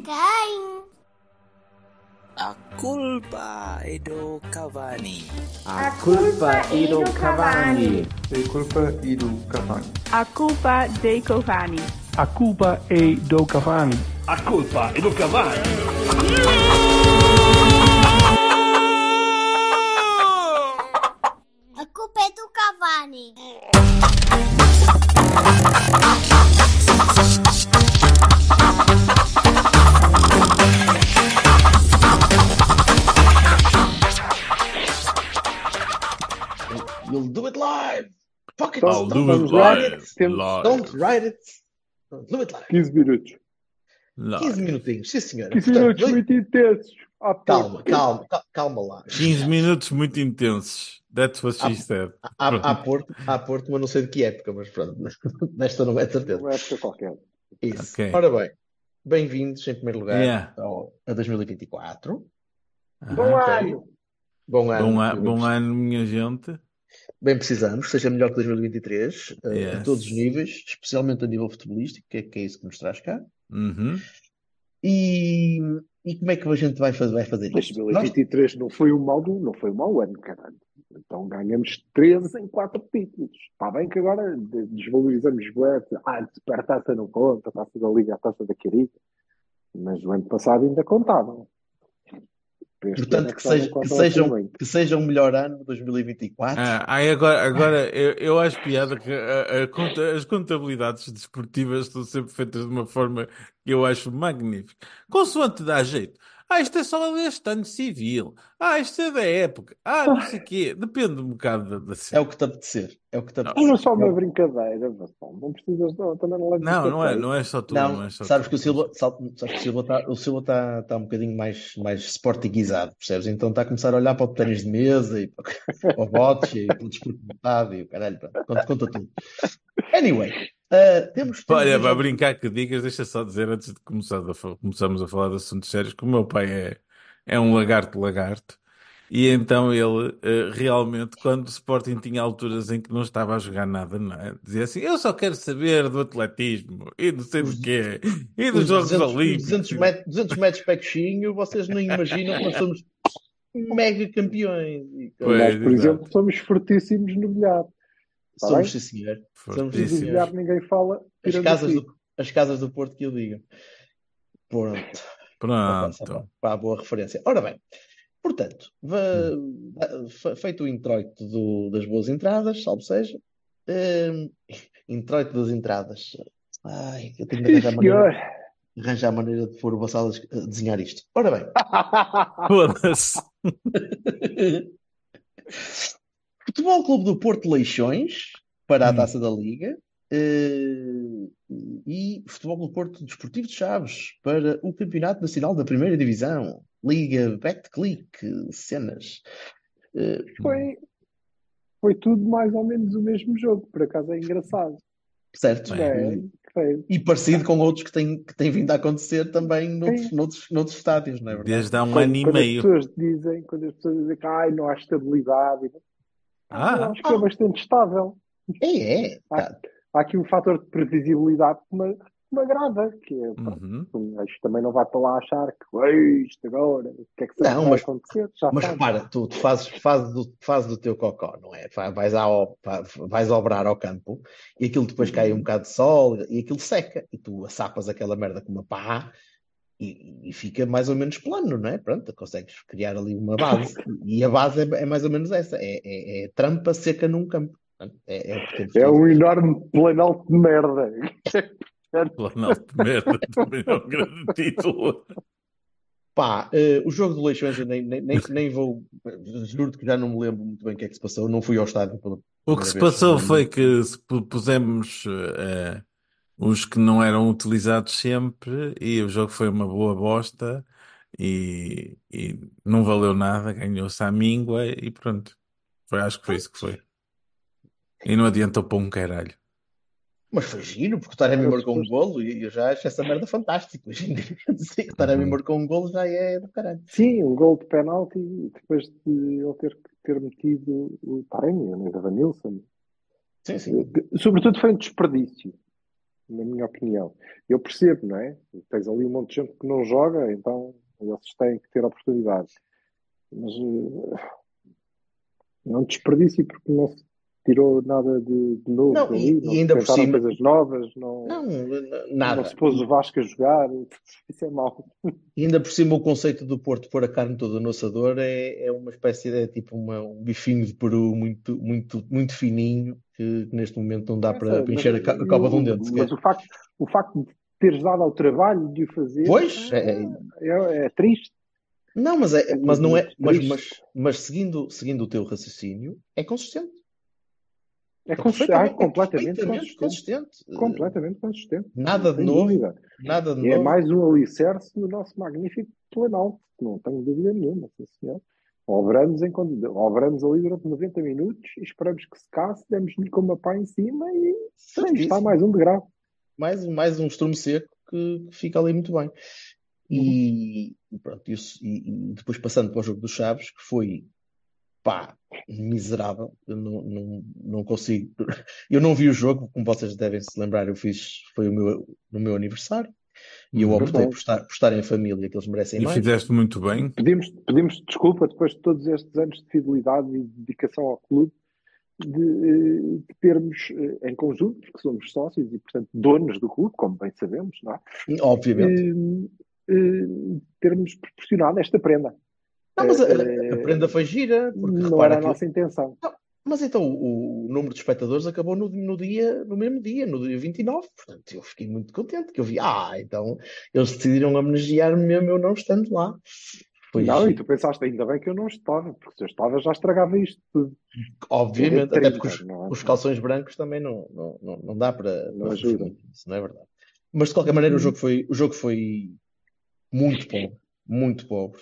Quem? A culpa è do Cavani. A culpa è do Cavani. A culpa è do Cavani. A culpa dei Cavani. A culpa è do Cavani. A culpa è do Cavani. A culpa é do Cavani. You'll do it live. Fuck it. I'll do Don't it write live. it. Live. Don't write it. Do it live. 15 minutos. 15 minutinhos, sim senhora. 15 Portanto, minutos muito intensos. calma lá. 15 minutos muito intensos. That's what she said. Há Porto, mas não sei de que época, mas pronto. Nesta não é de certeza. Uma época qualquer. Isso. Ok. Ora bem, bem-vindos em primeiro lugar Yeah. a 2024. Bom Ok. ano. Bom ano. Bom ano, minha gente. Bem precisamos, seja melhor que 2023, Yes. a todos os níveis, especialmente a nível futebolístico, que é isso que nos traz cá. Uhum. E como é que a gente vai fazer isto? 2023 não foi um mau ano, caralho. Então ganhamos 13 em 4 títulos. Está bem que agora desvalorizamos bué. A supertaça não conta, a taça da Liga, a taça da Querida. Mas o ano passado ainda contava. Este ano Portanto, é só não conta que seja um melhor ano 2024. Agora eu acho piada que as contabilidades desportivas estão sempre feitas de uma forma que eu acho magnífica. Consoante dá jeito. Isto é só deste ano civil. Isto é da época. Não sei o quê. Depende um bocado da É cena. o que te apetecer. Não é só uma brincadeira, Vasco. Não precisas, também não leves Não, isso não a é, sério. não é só tu. Não, Não é só sabes tu. que o Silva está um bocadinho mais sportinguizado, percebes? Então está a começar a olhar para o ténis de mesa e para o botche e para o desporto de metade e o caralho, pronto, conta tudo. Anyway, temos Olha, dois para jogos- brincar que digas, deixa só dizer antes de começarmos a falar de assuntos sérios, que o meu pai é um lagarto, e então ele realmente, quando o Sporting tinha alturas em que não estava a jogar nada, não é? Dizia assim: eu só quero saber do atletismo e não sei do quê, e dos os Jogos 200, Olímpicos. 200 metros pechinho, vocês nem imaginam que nós somos mega campeões. Pois, Nós, por exato. exemplo, somos fortíssimos no bilhar. Tá Somos, bem? sim, senhor. Somos, sim, E do Fortíssimos. bilhar senhor. ninguém fala. As tirando casas aqui. as casas do Porto que eu digo. Pronto. Pronto. Para a boa referência. Ora bem, portanto, feito o introito das boas entradas, salvo seja, introito das entradas. Ai, eu tenho de Sim, senhor. arranjar maneira de pôr o Vassal a desenhar isto. Ora bem, Foda-se. Futebol Clube do Porto Leixões para a Taça da Liga e Futebol Clube do Porto Desportivo de Chaves para o Campeonato Nacional da Primeira Divisão. Liga Betclic, cenas. Foi tudo mais ou menos o mesmo jogo, por acaso é engraçado. Certo? E parecido com outros que têm vindo a acontecer também noutros estádios, não é verdade? Desde há um ano e Quando meio. quando as pessoas dizem que não há estabilidade, eu acho que é Ah. bastante estável. É. Há aqui um fator de previsibilidade que me agrada, que é, acho que também não vai para lá achar que isto agora, o que é que será que vai acontecer? Já Mas sabe. repara, tu fazes do teu cocó, não é? Vais obrar ao campo e aquilo depois cai um bocado de sol e aquilo seca e tu assapas aquela merda com uma pá e fica mais ou menos plano, não é? Pronto, consegues criar ali uma base e a base é mais ou menos essa, é trampa seca num campo. É o que temos É tido. um enorme planalto de merda. Planalto de merda, também é um grande título. Pá, o jogo de Leixões eu nem vou, juro-te que já não me lembro muito bem o que é que se passou, não fui ao estádio pela O que se primeira vez. passou foi que pusemos os que não eram utilizados sempre e o jogo foi uma boa bosta e não valeu nada, ganhou-se à míngua e pronto. Acho que foi isso que foi. E não adiantou para um caralho. Mas foi giro, porque o Taremi marcou um golo e eu já acho essa merda fantástica. Hoje em dia, dizer que o Taremi marcou um golo já é do caralho. Sim, um gol de penalti depois de ele ter metido o Taremi, o Evanilson. Sim. Sobretudo foi um desperdício. na minha opinião. Eu percebo, não é? Tens ali um monte de gente que não joga, então eles têm que ter oportunidade. Mas não desperdício porque não se tirou nada de novo Não, dali, e não se ainda por tentaram cima, coisas novas, não, não se nada. pôs o Vasco a jogar. Isso é mau. E ainda por cima o conceito do Porto pôr a carne toda no assador é uma espécie de tipo um bifinho de peru muito, muito, muito fininho que neste momento não dá para encher a cova de um dente Mas sequer. o facto de teres dado ao trabalho de o fazer Pois, é triste. não, É mas não muito é, triste. mas seguindo o teu raciocínio, é consistente. É Completamente perfeitamente consistente. consistente. Completamente consistente. Nada de Sem novo, dúvida. nada de É novo. mais um alicerce no nosso magnífico planalto. Não tenho dúvida nenhuma, sim, senhor. Obramos ali durante 90 minutos e esperamos que se casse, demos-lhe com uma pá em cima e aí está Certíssimo. mais um degrau. Mais um estrume seco que fica ali muito bem. Uhum. E pronto, e depois passando para o jogo dos Chaves, que foi pá, miserável. Eu não consigo. Eu não vi o jogo, como vocês devem se lembrar, foi no meu aniversário e eu Uhum. optei Verdade. por estar em família, que eles merecem E mais. fizeste muito bem. Pedimos desculpa depois de todos estes anos de fidelidade e de dedicação ao clube, de termos em conjunto, porque somos sócios e, portanto, donos do clube, como bem sabemos, não é? Obviamente. Termos proporcionado esta prenda. Não, mas a prenda foi gira, porque Não repara era a que. nossa intenção. Não, mas então o número de espectadores acabou no mesmo dia, no dia 29. Portanto, eu fiquei muito contente que eu vi. Então eles decidiram homenagear-me mesmo eu não estando lá. Foi Não, e giro. tu pensaste ainda bem que eu não estava, porque se eu estava já estragava isto tudo. Era Obviamente, até porque 30, não, os calções brancos também não dá para não fugir ajuda. muito disso, não é verdade? Mas de qualquer maneira o jogo foi muito pobre,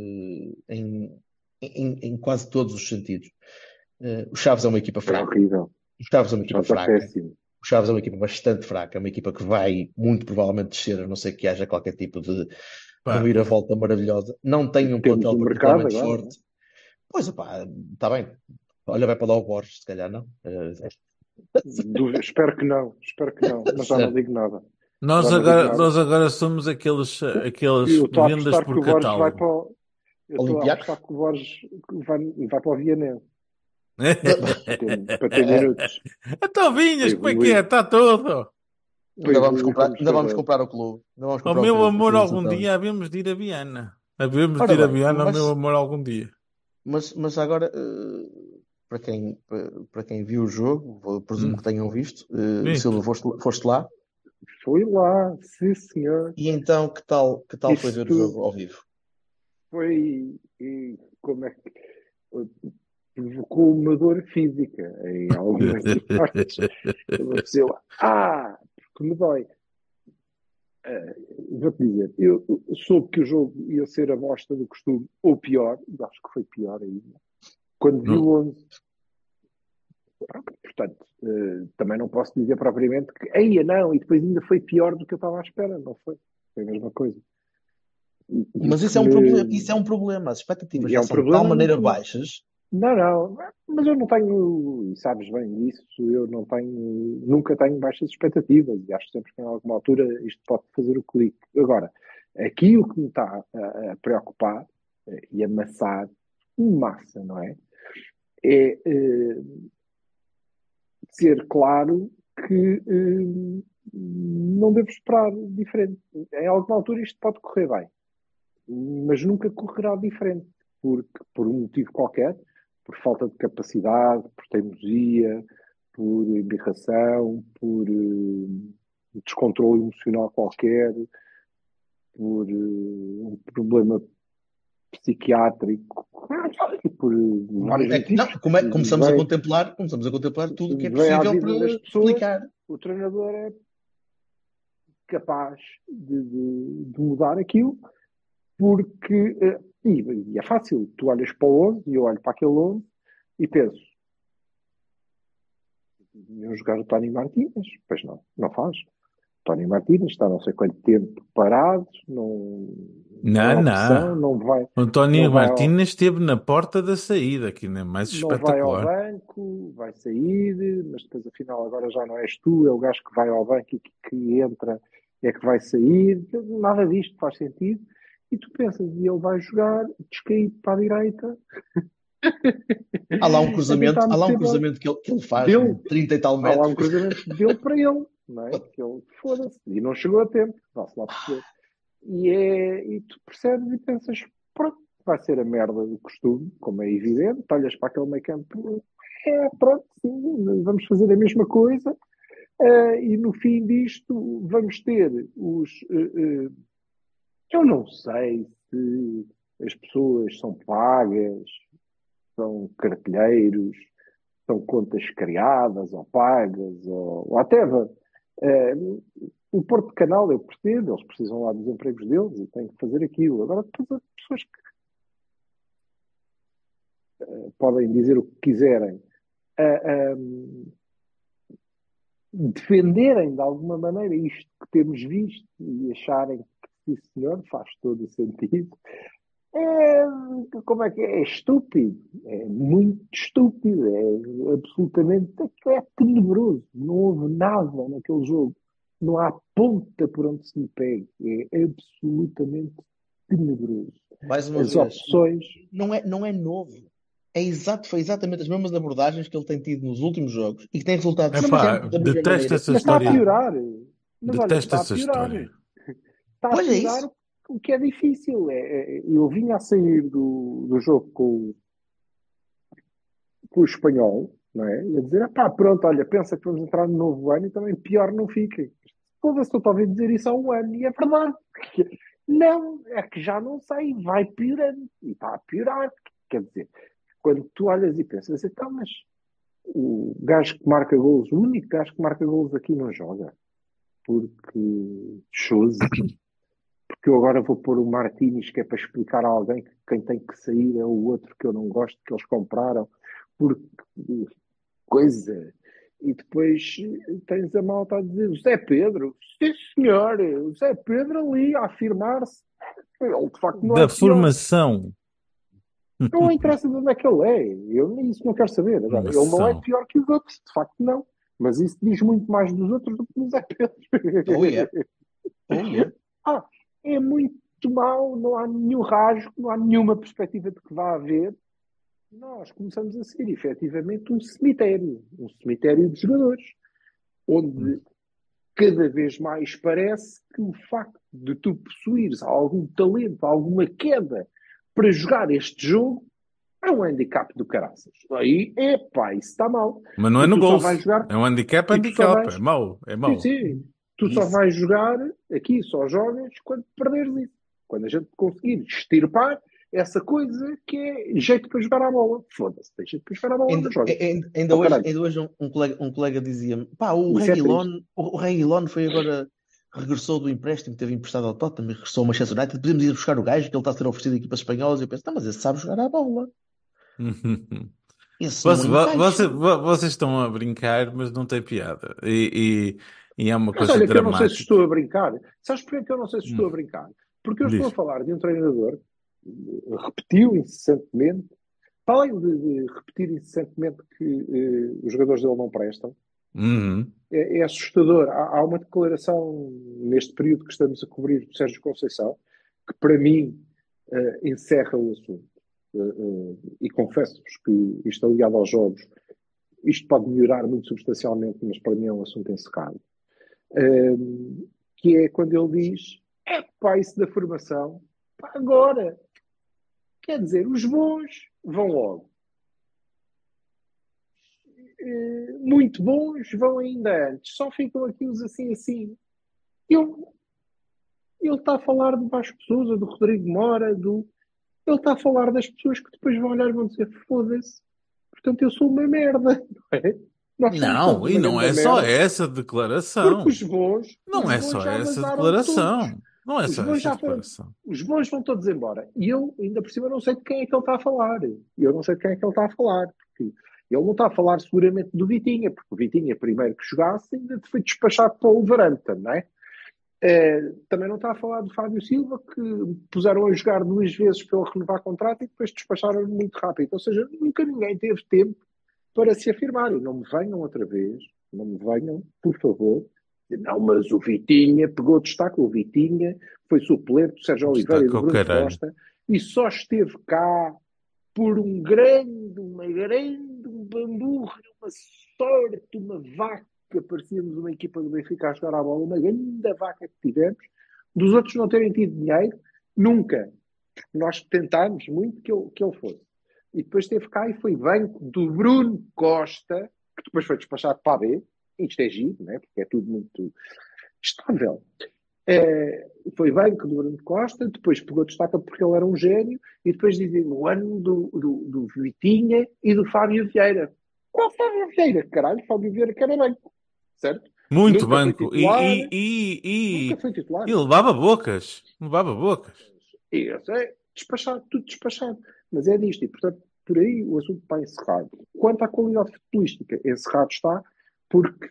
em quase todos os sentidos. O Chaves é uma equipa É fraca. horrível. O Chaves é uma Já equipa está fraca. péssimo. O Chaves é uma equipa bastante fraca, é uma equipa que vai muito provavelmente descer, a não ser que haja qualquer tipo de Pá, reviravolta maravilhosa. Não tem um Temos plantel o mercado particularmente agora, não é? forte. Pois, opá, está bem. Olha, vai para lá o Borges, se calhar não. Espero que não, espero que não, mas já não Certo. digo nada. nós Já não digo agora, nada. nós agora somos aqueles Eu estou a vendas apostar que por o Borges vai catálogo. para o, eu estou a Olympiacos? apostar que o Borges vai para o Vianense para ter minutos, Então para vinhas, como é que é? evoluir, Está tudo. para evoluir como Ainda vamos jogador. comprar o clube. Ainda vamos Ao comprar o meu clube, amor, assim, algum então. dia havemos de ir a Viana. Havemos de Ora ir a bem, Viana, ao meu amor, algum dia. mas agora, para quem viu o jogo, eu presumo que Hum. tenham visto, Silva, Visto. foste lá, Fui lá, sim senhor. e então que tal foi Isso ver o tudo jogo ao vivo? foi, e como é que provocou uma dor física em algumas partes. Uma pessoa, porque me dói. Vou-te dizer, eu soube que o jogo ia ser a bosta do costume, ou pior, e acho que foi pior ainda, quando vi o Não. 11. Portanto, também não posso dizer propriamente que, eia, não, e depois ainda foi pior do que eu estava à espera, não foi? Foi a mesma coisa. Mas isso Porque é um problema, isso é um problema. As expectativas é já um são de tal problema maneira muito. baixas. Não, mas eu não tenho, e sabes bem disso, eu não tenho, nunca tenho baixas expectativas, e acho sempre que em alguma altura isto pode fazer o clique. Agora, aqui o que me está a preocupar e a amassar em massa, não é? É ser claro que não devo esperar diferente. Em alguma altura isto pode correr bem, mas nunca correrá diferente, porque por um motivo qualquer, por falta de capacidade, por teimosia, por embirração, por descontrole emocional qualquer, por um problema psiquiátrico, por vários Não, motivos, começamos a contemplar tudo o que é vem à possível para vida das pessoas, explicar. o treinador é capaz de mudar aquilo, porque, e é fácil, tu olhas para o 11 e eu olho para aquele 11 e penso, deviam jogar o Tony Martínez, pois não faz. Tony Martínez está não sei quanto tempo parado, não é Não, opção, não. O António não vai Martínez esteve na porta da saída, que ainda é mais não vai ao espetacular. banco, vai sair, mas depois afinal agora já não és tu, é o gajo que vai ao banco e que entra, é que vai sair. Nada disto faz sentido. E tu pensas, e ele vai jogar descaído para a direita, Há lá um a cruzamento, tentar há lá um meter bola cruzamento que ele faz de dele. 30 e tal Há lá um metros. cruzamento dele para ele, não é? Que ele, foda-se, e não chegou a tempo, vá-se lá perceber. E tu percebes e pensas, pronto, vai ser a merda do costume, como é evidente, olhas para aquele meio campo, pronto, sim, vamos fazer a mesma coisa, e no fim disto vamos ter eu não sei se as pessoas são pagas, são cartilheiros, são contas criadas ou pagas, ou até o Porto Canal, eu percebo, eles precisam lá dos empregos deles e têm que fazer aquilo. Agora, depois as pessoas que podem dizer o que quiserem, defenderem de alguma maneira isto que temos visto e acharem que, sim, senhor, faz todo o sentido. Como é que é? É estúpido, é muito estúpido, é absolutamente, é tenebroso. Não houve nada naquele jogo, não há ponta por onde se lhe pegue, é absolutamente tenebroso. Mais uma As vez, opções, não é novo. Foi exatamente as mesmas abordagens que ele tem tido nos últimos jogos e que tem resultado Epá, sempre da mesma detesto maneira. essa mas está a história. piorar. Mas olha, Detesto está a essa piorar. história. Está a Pois é piorar isso. o que é difícil. Eu vinha a sair do jogo com o espanhol, não é? E a dizer, pá, pronto, olha, pensa que vamos entrar no novo ano e também pior não fica. Foda-se, estou a ouvir dizer isso há um ano e é verdade. Não, é que já não sei, vai piorando. E está a piorar. Quer dizer, quando tu olhas e pensas, então, mas o gajo que marca golos, o único gajo que marca golos aqui não joga. Porque chose, porque eu agora vou pôr o Martínez, que é para explicar a alguém que quem tem que sair é o outro que eu não gosto, que eles compraram, porque coisa. E depois tens a malta a dizer, o Zé Pedro, sim senhor, o Zé Pedro ali a afirmar-se, ele de facto não é Da o pior. formação. Não interessa de onde é que ele é, eu isso não quero saber. Agora, ele não é Formação. pior que os outros, de facto não. Mas isso diz muito mais dos outros do que do Zé Pedro. Oh yeah. Oh yeah. Ah, é muito mau, não há nenhum rasgo, não há nenhuma perspectiva de que vá haver. Nós começamos a ser, efetivamente, um cemitério de jogadores, onde cada vez mais parece que o facto de tu possuires algum talento, alguma queda para jogar este jogo, é um handicap do caraças. Aí, epá, isso está mal. Mas não é E no tu só vais golfe. jogar, É um handicap, e tu só handicap. É vais, mau. É sim, mau. sim, tu só Isso. vais jogar aqui, só jogas quando perderes isso. Quando a gente conseguir extirpar essa coisa que é jeito para jogar a bola. Foda-se, deixa de jogar a bola, não jogas. Ainda Oh, caralho, hoje um colega dizia-me: pá, isso é triste. O Reguilón foi agora, regressou do empréstimo, teve emprestado ao Tottenham, e regressou ao Manchester United, podemos ir buscar o gajo que ele está a ser oferecido a equipas espanholas. E eu penso: não, mas esse sabe jogar a bola, esse não encaixa. Vocês estão a brincar, mas não tem piada. E é uma Mas coisa olha que eu não sei se dramática. estou a brincar. Sabes porquê que eu não sei se estou a Hum, brincar? Porque eu estou a Diz. falar de um treinador que repetiu incessantemente, para além de repetir incessantemente que os jogadores dele não prestam, Uhum. é assustador. Há uma declaração neste período que estamos a cobrir do Sérgio Conceição, que para mim encerra o assunto. E confesso-vos que isto ligado aos jogos, isto pode melhorar muito substancialmente, mas para mim é um assunto encerrado. Que é quando ele diz: é pá, isso da formação, pá, agora. Quer dizer, os bons vão logo. Muito bons vão ainda antes. Só ficam aqui os assim. Ele está a falar de Vasco Sousa, do Rodrigo Mora, ele está a falar das pessoas que depois vão olhar e vão dizer: foda-se, portanto eu sou uma merda, não é? Nós somos todos Não, e uma não grande é só merda, essa porque declaração. os Não é bons só já essa vazaram todos. declaração. Não é Os só bons essa já foram. declaração. Os bons vão todos embora. E eu, ainda por cima, não sei de quem é que ele está a falar. Eu não sei de quem é que ele está a falar. Porque ele não está a falar seguramente do Vitinha, porque o Vitinha, primeiro que jogasse, ainda foi despachado para o Wolverhampton, não é? Também não está a falar do Fábio Silva, que puseram a jogar 2 vezes para ele renovar contrato e depois despacharam muito rápido. Ou seja, nunca ninguém teve tempo para se afirmar. E não me venham outra vez, não me venham, por favor. Não, mas o Vitinha pegou destaque. O Vitinha foi suplente do Sérgio Oliveira e do Destaque ao Bruno caralho. Costa e só esteve cá por uma grande, um bamburro, uma sorte, uma vaca. Parecíamos uma equipa do Benfica a jogar à bola, uma grande vaca que tivemos, dos outros não terem tido dinheiro, nunca. Nós tentámos muito que ele fosse. E depois esteve cá e foi banco do Bruno Costa, que depois foi despachado para a B. Isto é giro, né? Porque é tudo muito estável. Foi banco do Bruno Costa, depois pegou destaca porque ele era um gênio, e depois dizem no ano do Vitinha e do Fábio Vieira. Qual Fábio Vieira? Caralho, Fábio Vieira que era banco, certo? Muito Nunca foi banco. titular, E nunca foi titular. levava bocas. Levava bocas. E isso é despachado, tudo despachado. Mas é disto, e portanto, por aí o assunto está encerrado. Quanto à qualidade futebolística, encerrado está, porque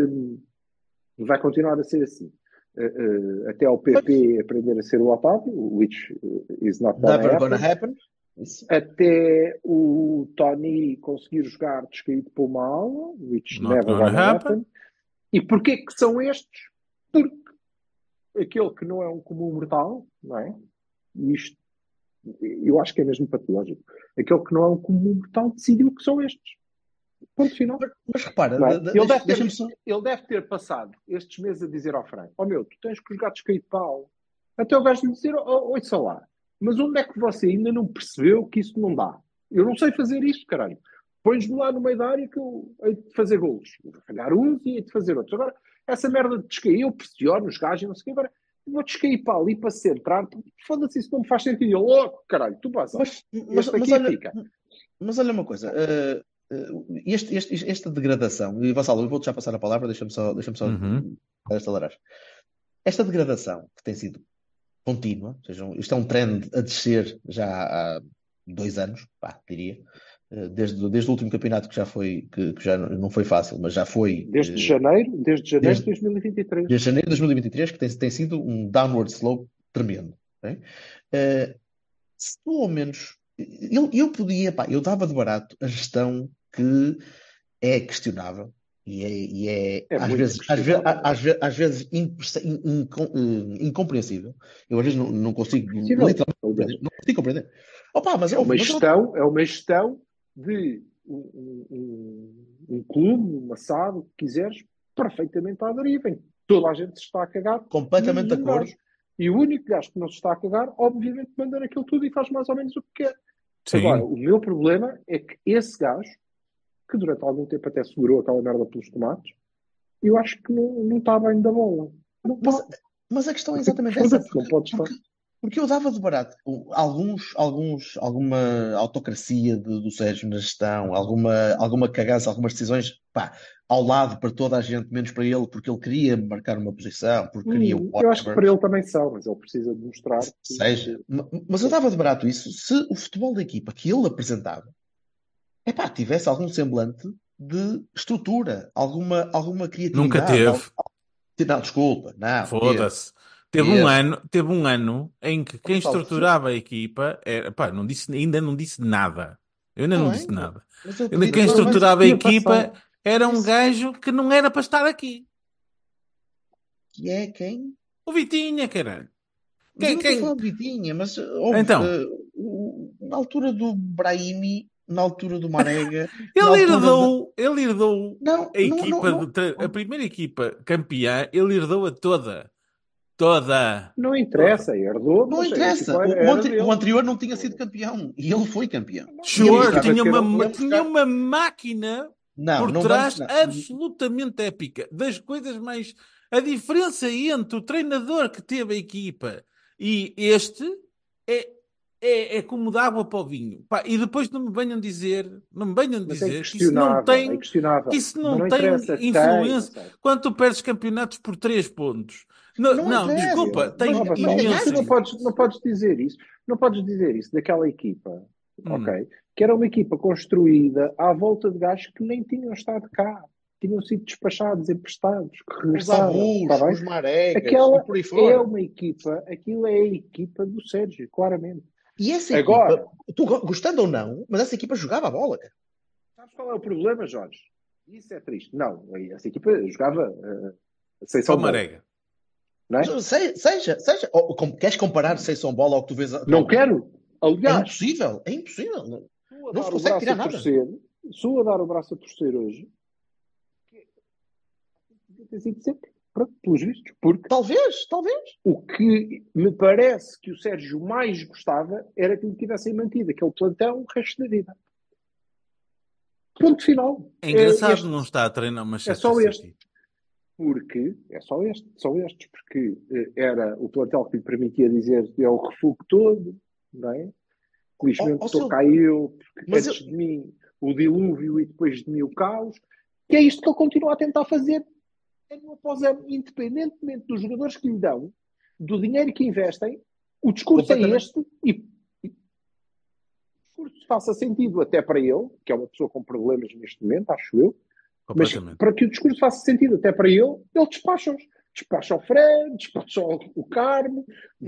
vai continuar a ser assim. Até ao PP aprender a ser o Otávio, which is not Never gonna gonna happen. happen. Isso. Até o Tony conseguir jogar descaído para uma aula, which Not never gonna gonna happen. happen. E porquê que são estes? Porque aquele que não é um comum mortal, não é? E isto, eu acho que é mesmo patológico. Aquele que não é um comum mortal decidiu que são estes. Ponto final. Mas repara, Não é? deixa-me só. Ele deve ter passado estes meses a dizer ao Franco: oh meu, tu tens que jogar descaído para a aula. Até o gajo lhe dizer: ouça lá, mas onde é que você ainda não percebeu que isso não dá? Eu não sei fazer isto, caralho. Pões-me lá no meio da área que eu hei de fazer golos. Vou falhar uns e hei de fazer outros. Agora, essa merda de descair, eu pressiono os gajos e não sei o quê. Agora, vou descair para ali para centrar. Foda-se, isso não me faz sentido. Eu, caralho, tu passa. Mas olha uma coisa. Esta degradação, e Vassalo, eu vou-te já passar a palavra, deixa-me só dar esta laranja. Esta degradação que tem sido contínua, ou seja, isto é um trend a descer já há 2 anos, diria, desde o último campeonato que já não foi fácil, mas já foi. Desde janeiro de 2023. Desde janeiro de 2023, que tem sido um downward slope tremendo. Okay? Se pelo menos. Eu podia, eu dava de barato a gestão que é questionável e é às vezes incompreensível. Eu às vezes não consigo literalmente não consigo compreender. Mas é uma gestão de um clube, uma SAD, o que quiseres, perfeitamente à deriva. Toda a gente se está a cagar. Completamente de acordo. E o único gajo que não se está a cagar, obviamente, manda naquilo tudo e faz mais ou menos o que quer. Sim. Agora, o meu problema é que esse gajo, que durante algum tempo até segurou aquela merda pelos tomates, eu acho que não está bem da bola. Mas a questão é exatamente essa. Não pode estar. Porque eu dava de barato alguma autocracia do Sérgio na gestão, alguma cagaça, algumas decisões ao lado para toda a gente, menos para ele, porque ele queria marcar uma posição, porque queria o eu acho que para ele também são, mas ele precisa demonstrar. Seja. Mas eu dava de barato isso se o futebol da equipa que ele apresentava tivesse algum semblante de estrutura, alguma criatividade. Nunca teve. Não, desculpa. Não, foda-se. Teve um ano em que quem estruturava a equipa era, ainda não disse nada. Eu ainda não disse nada. Quem estruturava a equipa era um gajo que não era para estar aqui. Que é quem? O Vitinha, caralho. Quem? Não de Vitinha, mas então, na altura do Brahimi, na altura do Marega, ele herdou a equipa, a primeira equipa campeã, ele herdou a toda. Não interessa, herdou. Não interessa. O anterior não tinha sido campeão e ele foi campeão. Sure, tinha uma máquina por trás absolutamente épica. Das coisas mais. A diferença entre o treinador que teve a equipa e este é como de água para o vinho. E depois não me venham dizer que isso não tem, influência. Quando tu perdes campeonatos por 3 pontos. Não, desculpa, tem imenso. Não podes dizer isso. Não podes dizer isso daquela equipa, ok? Que era uma equipa construída à volta de gajos que nem tinham estado cá. tinham sido despachados, emprestados, que Os regressaram, está Abus, bem? os Maregas Aquela e por aí é fora. uma equipa, aquilo é a equipa do Sérgio, claramente. E essa Agora, equipa, tu gostando ou não, mas essa equipa jogava a bola, cara. sabes qual é o problema, Jorge? Isso é triste. Não, essa equipa jogava sem Só São Paulo, Marega. não é? Seja. Queres comparar São Bola ao que tu vês Não atualmente? quero. É Aliás, impossível, é impossível. Não, estou a não dar se o consegue braço tirar a nada. torcer, sou a dar o braço a torcer hoje, que tem sido sempre, pronto, pelos vistos, porque Talvez. o que me parece que o Sérgio mais gostava era que lhe tivessem mantido aquele plantão o resto da vida. Ponto final. É engraçado Este- não estar a treinar o é Manchester só este. City. Porque, é só estes, porque era o plantel que lhe permitia dizer é o refúgio todo, não é? Felizmente estou cá eu, porque Mas antes de mim o dilúvio e depois de mim o caos, que é isto que ele continua a tentar fazer ano após ano, independentemente dos jogadores que lhe dão, do dinheiro que investem, o discurso é Completamente. este e o discurso faça sentido até para ele, que é uma pessoa com problemas neste momento, acho eu, mas Completamente. para que o discurso faça sentido até para ele despacha-os. Despacha o Fred, despacha o Carmo,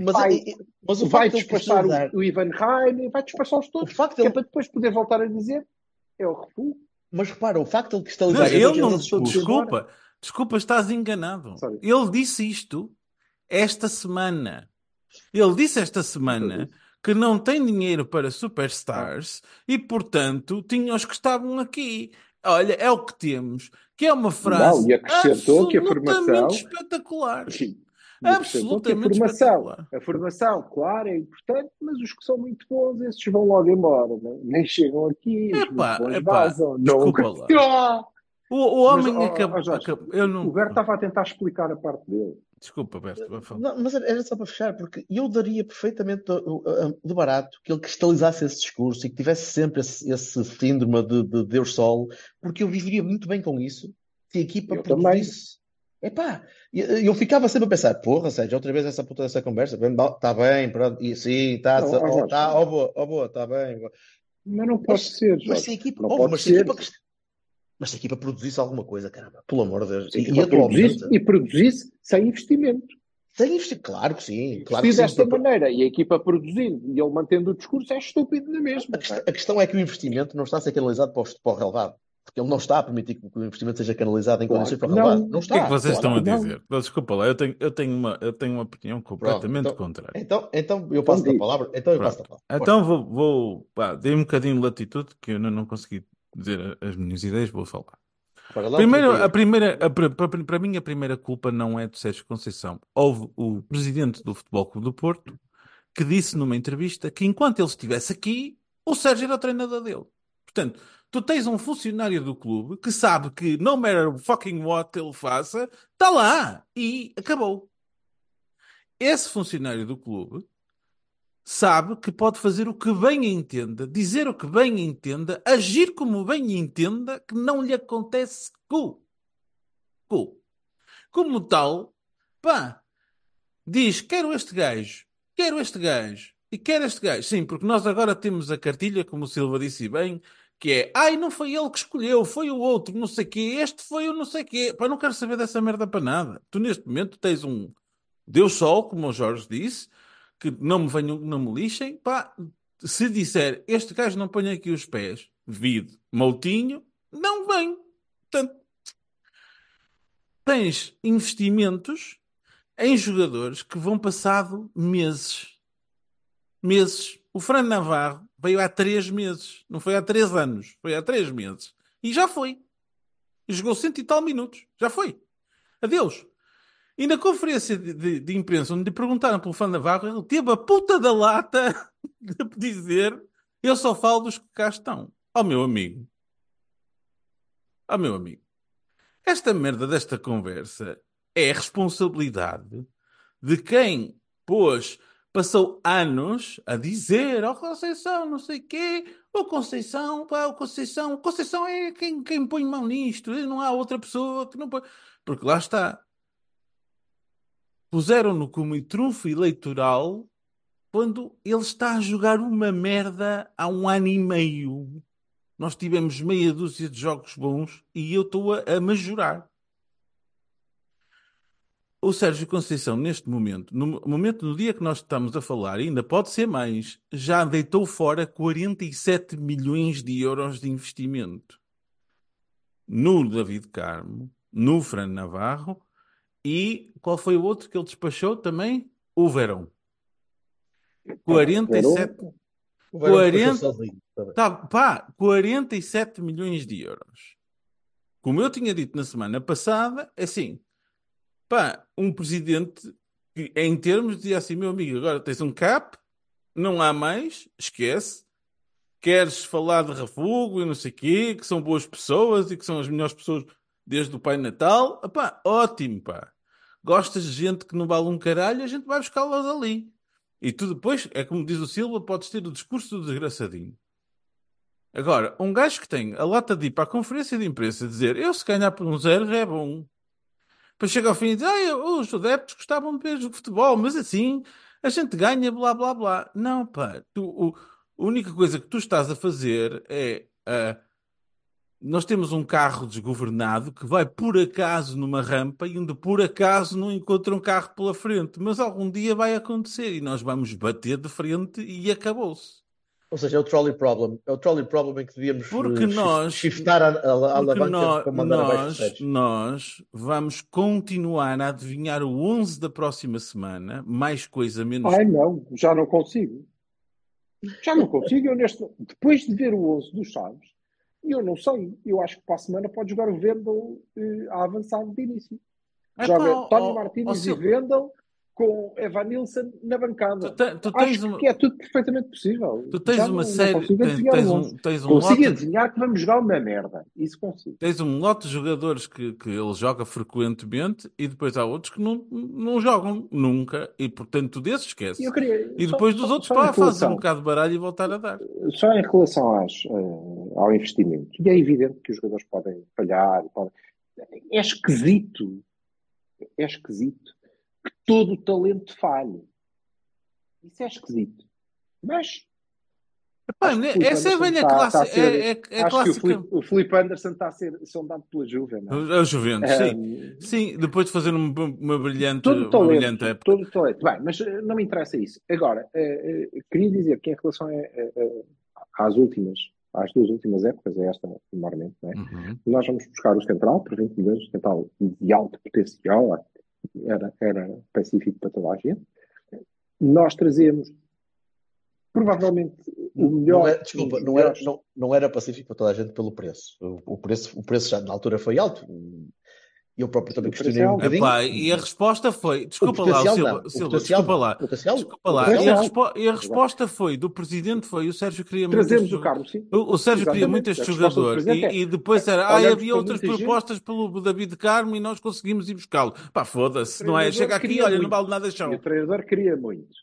mas o vai facto de ele despachar cristalizar, o Ivan Raime, vai despachá-los o todos, facto que de é ele, para depois poder voltar a dizer é o refúgio. mas repara, o facto de ele Não, cristalizar ele todos não. esses discursos, Desculpa, estás enganado. Sorry. Ele disse isto esta semana. Ele disse esta semana que não tem dinheiro para superstars e, portanto, tinha os que estavam aqui. Olha, é o que temos. Que é uma frase Não, e acrescentou que a formação. absolutamente espetacular. Sim. E acrescentou que Absolutamente espetacular. a formação, claro, é importante, mas os que são muito bons, esses vão logo embora, né? Nem chegam aqui, os muito bons vazam. Desculpa Não. lá. O homem Mas, acabou. Jorge, Eu não. o Berto estava a tentar explicar a parte dele. Desculpa, Berto. Vai falar. não, mas era só para fechar, porque eu daria perfeitamente do barato que ele cristalizasse esse discurso e que tivesse sempre esse síndrome de Deus Sol, porque eu viveria muito bem com isso se a equipa Eu também. produzisse. Epá, eu ficava sempre a pensar, porra, Sérgio, outra vez essa puta dessa conversa, está bem, pronto, e sim, está, Não, Jorge, boa, está bem. mas não pode ser, Mas Jorge. se a equipa, Não pode ser. mas se a equipa produzisse alguma coisa, caramba, pelo amor de Deus, Se a e equipa atualmente, produzisse sem investimento. sem investir, claro que sim, Se desta maneira e a equipa produzindo e ele mantendo o discurso é estúpido na mesma. A questão é que o investimento não está a ser canalizado para o relevado. Porque ele não está a permitir que o investimento seja canalizado em condições para o relevado. Não O que é está. que vocês estão a Não. dizer? Desculpa lá, eu tenho uma opinião completamente contrária. Então eu passo a palavra. Então vou dei um bocadinho de latitude, que eu ainda não consegui dizer as minhas ideias, vou falar. Primeiro, para mim, a primeira culpa não é do Sérgio Conceição. Houve o presidente do Futebol Clube do Porto que disse numa entrevista que enquanto ele estivesse aqui, o Sérgio era o treinador dele. Portanto, tu tens um funcionário do clube que sabe que no matter fucking what ele faça, está lá e acabou. Esse funcionário do clube sabe que pode fazer o que bem entenda, dizer o que bem entenda, agir como bem entenda, que não lhe acontece como tal, pá, diz, quero este gajo e quero este gajo. Sim, porque nós agora temos a cartilha, como o Silva disse bem, que é, não foi ele que escolheu, foi o outro, não sei o quê, este foi o não sei o quê. Pá, não quero saber dessa merda para nada. Tu neste momento tens um Deus Sol, como o Jorge disse, que não me lixem, pá, se disser, este gajo não põe aqui os pés, vide, Moutinho, não vem. Portanto, tens investimentos em jogadores que vão passado meses. O Fran Navarro veio há 3 meses. Não foi há 3 anos. Foi há 3 meses. E já foi. E jogou 100 e tal minutos. Já foi. Adeus. E na conferência de imprensa, onde lhe perguntaram pelo Fran Navarro, ele teve a puta da lata de dizer, eu só falo dos que cá estão. Ó meu amigo. Esta merda desta conversa é a responsabilidade de quem, passou anos a dizer Conceição, não sei o quê, o Conceição é quem põe mão nisto, não há outra pessoa que não põe... Porque lá está. Puseram-no como trunfo eleitoral quando ele está a jogar uma merda há 1 ano e meio. Nós tivemos meia dúzia de jogos bons e eu estou a majorar. O Sérgio Conceição, neste momento, no dia que nós estamos a falar, ainda pode ser mais, já deitou fora 47 milhões de euros de investimento no David Carmo, no Fran Navarro e qual foi o outro que ele despachou também? O Verón. 47, O Verão despachou 40, sozinho também. 47 milhões de euros. Como eu tinha dito na semana passada, é assim, um presidente que em termos dizia assim, meu amigo, agora tens um cap, não há mais, esquece. Queres falar de refugo e não sei o quê, que são boas pessoas e que são as melhores pessoas desde o Pai Natal. Ótimo, pá. Gostas de gente que não vale um caralho, a gente vai buscá-las ali. E tu depois, é como diz o Silva, podes ter o discurso do desgraçadinho. Agora, um gajo que tem a lata de ir para a conferência de imprensa dizer eu se ganhar por 1-0 é bom. Depois chega ao fim e diz os adeptos gostavam de ver o futebol, mas assim a gente ganha, blá, blá, blá. Não, pá. A única coisa que tu estás a fazer é... nós temos um carro desgovernado que vai por acaso numa rampa e onde por acaso não encontra um carro pela frente. Mas algum dia vai acontecer e nós vamos bater de frente e acabou-se. Ou seja, é o trolley problem. É o trolley problem em que devíamos Porque shiftar a alavanca para mandar abaixo os Sérgio. nós vamos continuar a adivinhar o 11 da próxima semana, mais coisa, menos... Ai, não, já não consigo. Já não consigo. Depois de ver o 11 dos Chaves, eu não sei. Eu acho que para a semana pode jogar o Vendel a avançado de início. Joga Tony Martínez e Vendel com Evan Nilsson na bancada. Acho que é tudo perfeitamente possível. Tu tens uma série... Consigo adivinhar que vamos jogar uma merda. Isso consigo. Tens um lote de jogadores que ele joga frequentemente e depois há outros que não jogam nunca e, portanto, desses esquece. E depois dos outros, fazes um bocado de baralho e voltar a dar. Só em relação ao investimento. E é evidente que os jogadores podem falhar. É esquisito. É esquisito que todo o talento falhe. Isso é esquisito. Mas... essa é a velha clássica. Acho que o Filipe Anderson está a ser sondado pela Juve. A Juventus, sim. Sim, depois de fazer uma brilhante, todo talento, uma brilhante época. Todo o talento. Bem, mas não me interessa isso. Agora, queria dizer que em relação às duas últimas épocas, é esta, normalmente, não é? Uhum. Nós vamos buscar o central por 20 milhões, o central de alto potencial, era pacífico para toda a gente. Nós trazemos provavelmente o melhor... Não era pacífico para toda a gente pelo preço. O preço já na altura foi alto. Eu próprio também questionei um bocadinho. E a resposta foi... Desculpa lá, Silva, desculpa lá. E a resposta foi, do presidente foi, o Sérgio queria muito este jogador. O Sérgio queria muito este jogador. E depois havia outras propostas pelo David Carmo e nós conseguimos ir buscá-lo. Foda-se, não é? Chega aqui, olha, não vale nada chão. O treinador queria muito.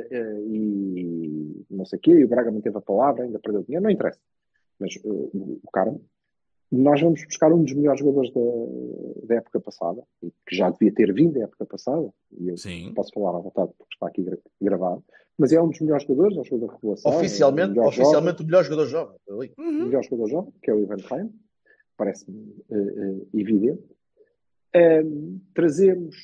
E não sei o quê, e o Braga manteve a palavra, ainda perdeu dinheiro, não interessa. Mas o Carmo, nós vamos buscar um dos melhores jogadores da época passada, e que já devia ter vindo da época passada, e eu posso falar à vontade porque está aqui gravado, mas é um dos melhores jogadores, é um jogador de revelação. Oficialmente o melhor jogador jovem. O melhor jogador jovem, que é o Ivan Klein, parece-me evidente. Trazemos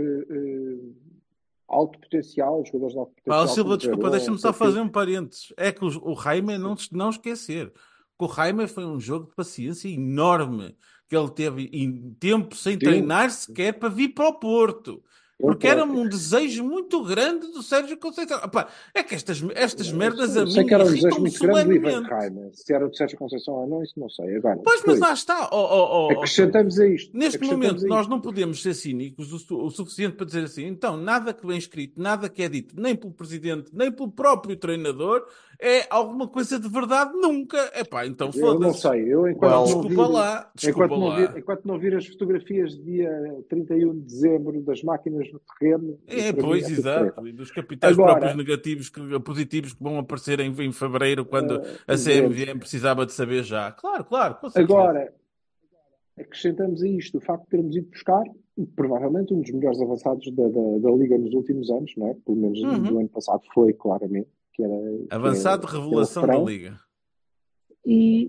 alto potencial, jogadores de alto potencial. Silva, desculpa, deixa-me só fazer um parênteses. É que o Jaime, não esquecer, que o Jaime foi um jogo de paciência enorme, que ele teve em tempo sem treinar sequer para vir para o Porto. Porque era um desejo muito grande do Sérgio Conceição. É que estas merdas a mim sei que era um desejo muito grande do Ivan solenemente. Jaime. Se era do Sérgio Conceição ou não, isso não sei. Agora, Mas lá está. acrescentamos a isto. Neste momento, nós não podemos ser cínicos o suficiente para dizer assim, então, nada que vem escrito, nada que é dito, nem pelo presidente, nem pelo próprio treinador, é alguma coisa de verdade nunca. Então foda-se. Eu não sei. Enquanto não vir as fotografias de dia 31 de dezembro das máquinas no terreno... Pois, exato. E dos capitais próprios negativos, positivos que vão aparecer em fevereiro, quando a CMVM precisava de saber já. Claro. Agora, acrescentamos a isto o facto de termos ido buscar, provavelmente, um dos melhores avançados da Liga nos últimos anos, não é? Pelo menos no ano passado foi, claramente. Avançado revelação da Liga. E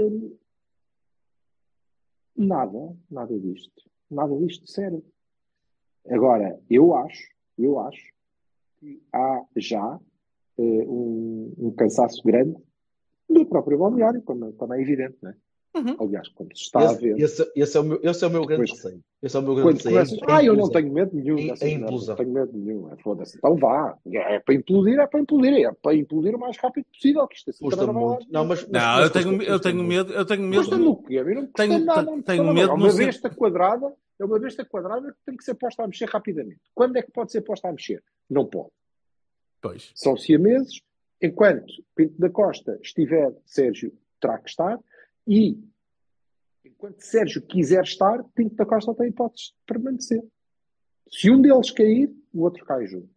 nada disto, sério. Agora, eu acho que há já um cansaço grande do próprio balneário, como é evidente, não é? Aliás, quando se está a ver. Esse é o meu grande Depois, receio. Esse é o meu grande quando receio. começas, eu não tenho medo nenhum A dessas merdas, implosão. não tenho medo nenhum, foda-se. Então vá, é para implodir, o mais rápido possível, que isto assim também Custa-me não vai lá. muito. Não, mas Não, eu custa-me tenho muito. medo. Custa-me o quê? A mim não me custa Tenho, nada, tenho, não me custa tenho nada. medo É no uma sen- besta quadrada que tem que ser posta a mexer rapidamente. Quando é que pode ser posta a mexer? Não pode. Pois. São siameses, enquanto Pinto da Costa estiver, Sérgio terá que estar, e enquanto Sérgio quiser estar, Pinto da Costa tem hipótese de permanecer. Se um deles cair, o outro cai junto.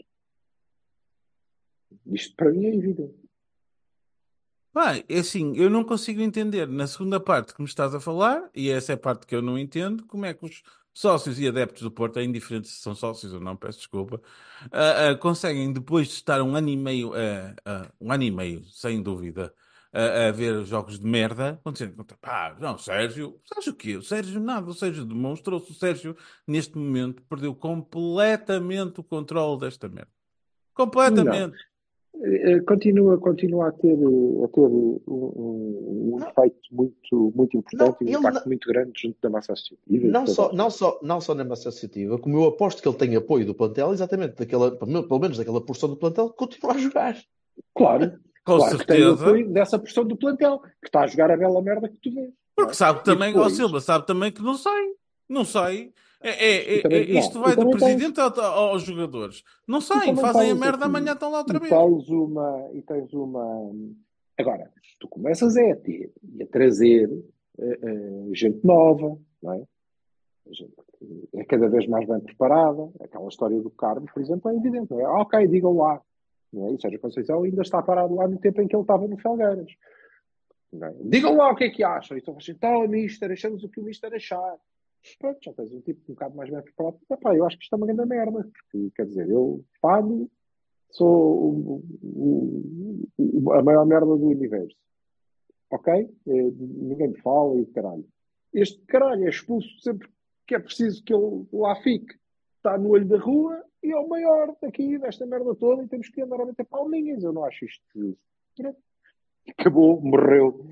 Isto para mim é evidente. Pá, é assim, eu não consigo entender na segunda parte que me estás a falar, e essa é a parte que eu não entendo, como é que os sócios e adeptos do Porto, é indiferente se são sócios ou não, peço desculpa, conseguem depois de estar um ano e meio, sem dúvida, a ver jogos de merda, quando dizem, pá, não, Sérgio, sabes o quê? O Sérgio nada, o Sérgio demonstrou-se, o Sérgio neste momento perdeu completamente o controle desta merda. Não. Completamente. Continua a ter um Não, efeito muito importante não, e um ele impacto muito grande junto da massa associativa e de toda a gente. não só na massa associativa, como eu aposto que ele tem apoio do plantel, exatamente pelo menos daquela porção do plantel que continua a jogar. Claro, Com claro que tem o certeza. apoio dessa porção do plantel, que está a jogar a bela merda que tu vês. Não Porque é? sabe E também, ó depois, Silva, sabe também que não sai. Não sai. Isto e vai do também tens, presidente aos jogadores. Não e saem, também fazem a tens merda, amanhã aqui, estão lá outra e vez. tens uma. Agora, tu começas a ter e a trazer gente nova, não é? Gente que é cada vez mais bem preparada. Aquela história do Carmo, por exemplo, é evidente, não é? Ok, digam lá. Não é? E Sérgio Conceição ainda está parado lá no tempo em que ele estava no Felgueiras. Não é? Digam lá o que é que acham. Então, então, Mister, achamos o que o Mister achar. Pronto, já tens um tipo um bocado mais bem preparado. Epá, eu acho que isto é uma grande merda. Porque, quer dizer, eu, Fábio, sou a maior merda do universo. Ok? Ninguém me fala e caralho. Este caralho é expulso sempre que é preciso que ele lá fique. Está no olho da rua e é o maior daqui, desta merda toda, e temos que andar a meter palminhas. Eu não acho isto. Pronto. Acabou, morreu.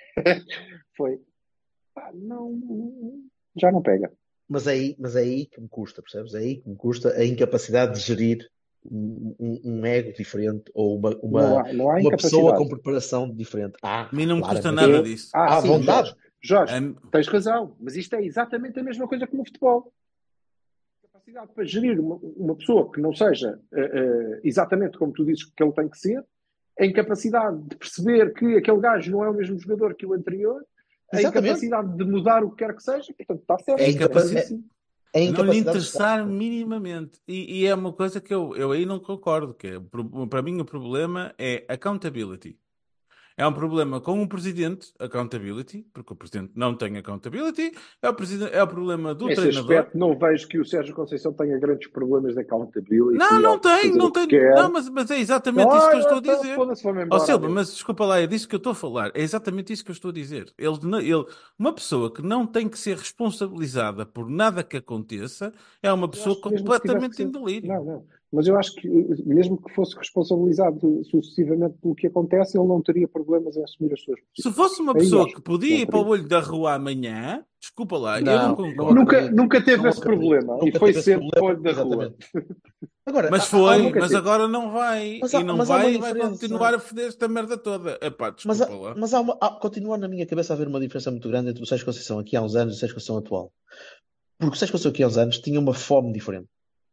Foi. Pá, não, já não pega. Mas é aí que me custa, percebes? É aí que me custa a incapacidade de gerir um ego diferente ou Não há uma pessoa com incapacidade. preparação diferente. A mim não me custa Claramente. nada disso. Há Sim, vontade. Jorge, Am- tens razão, mas isto é exatamente a mesma coisa que no futebol. Capacidade para gerir uma pessoa que não seja exatamente como tu dizes que ele tem que ser, a incapacidade de perceber que aquele gajo não é o mesmo jogador que o anterior, a Exatamente. incapacidade de mudar o que quer que seja, portanto está certo. É É incapacidade. É Não lhe incapacidade de interessar estar. minimamente. E é uma coisa que eu aí não concordo, que é, para mim o problema é accountability. É um problema com o presidente, accountability, porque o presidente não tem accountability. É o problema do Nesse treinador. aspecto, não vejo que o Sérgio Conceição tenha grandes problemas de accountability Não ou de fazer não o que tem. quer. Não, mas é exatamente isso que eu estou a dizer. Foda-se, vou-me Ó embora. Silva, Adeus. mas desculpa lá, é disso que eu estou a falar. É exatamente isso que eu estou a dizer. Uma pessoa que não tem que ser responsabilizada por nada que aconteça é uma Eu pessoa acho que mesmo que tivesse que completamente ser. em delírio. Não. Mas eu acho que, mesmo que fosse responsabilizado sucessivamente pelo que acontece, ele não teria problemas em assumir as suas Se fosse uma Aí pessoa acho que que podia não ir para o teria. olho da rua amanhã, desculpa lá, eu não Não concordo. acredito. Nunca teve Não esse acredito. problema. E Nunca foi teve esse sempre para o problema. olho da rua. Exatamente. Agora, Mas há foi, uma, mas agora não vai. mas E há, não mas há uma vai e vai diferença. continuar a foder esta merda toda. Epá, Mas, desculpa lá. mas continua na minha cabeça a haver uma diferença muito grande entre o Sérgio Conceição aqui há uns anos e o Sérgio Conceição atual. Porque o Sérgio Conceição aqui há uns anos tinha uma fome diferente.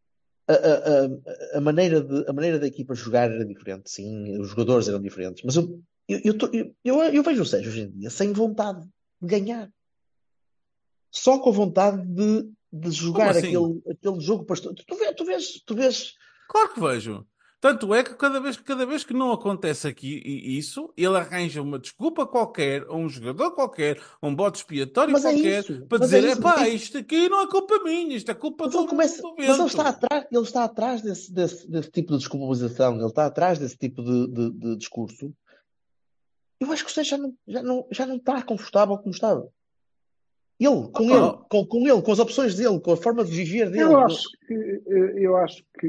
A maneira da equipa jogar era diferente, sim, os jogadores eram diferentes, mas eu vejo o Sérgio hoje em dia sem vontade de ganhar, só com a vontade de Como jogar assim? aquele jogo pastor. Tu vês. Claro que vejo. Tanto é que cada vez que não acontece aqui isso, ele arranja uma desculpa qualquer, ou um jogador qualquer, um bode expiatório Mas é qualquer, isso, para mas é dizer: isso, mas é epá, isso. isto aqui não é culpa minha, isto é culpa Mas ele começa, do mas vento. ele está atrás desse tipo de desculpabilização, ele está atrás desse tipo de discurso, Eu acho que o Sérgio já não está confortável como estava. Ele, com ele, Opa, com ele, com as opções dele, com a forma de viver Eu dele. acho que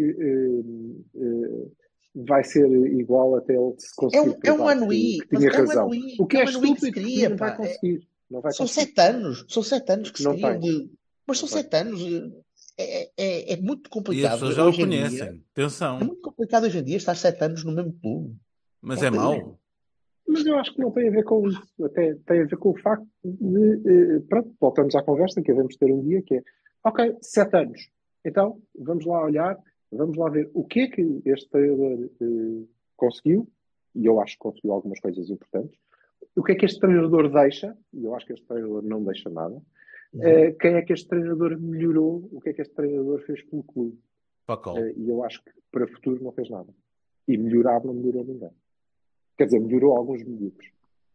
vai ser igual até ele se conseguir É um provar ano que I, mas tinha é um ano razão. I, O que é é um ano I que se estúpido, porque cria, não vai pá. conseguir. Não vai São conseguir. 7 anos que se Não criam tem. de. Mas Não são tem. 7 anos. É muito e as complicado pessoas já o hoje em dia. conhecem. É Atenção. muito complicado hoje em dia estar 7 anos no mesmo clube. Mas É, é mau. Mas eu acho que não tem a ver com isso. Até tem a ver com o facto de. Pronto, voltamos à conversa que devemos ter um dia que é: ok, 7 anos. Então, vamos lá olhar, vamos lá ver o que é que este treinador conseguiu, e eu acho que conseguiu algumas coisas importantes. O que é que este treinador deixa, e eu acho que este treinador não deixa nada. Uhum. Quem é que este treinador melhorou, o que é que este treinador fez pelo clube. Facol. E eu acho que para o futuro não fez nada. E melhorar não melhorou ninguém. Quer dizer, melhorou alguns miúdos.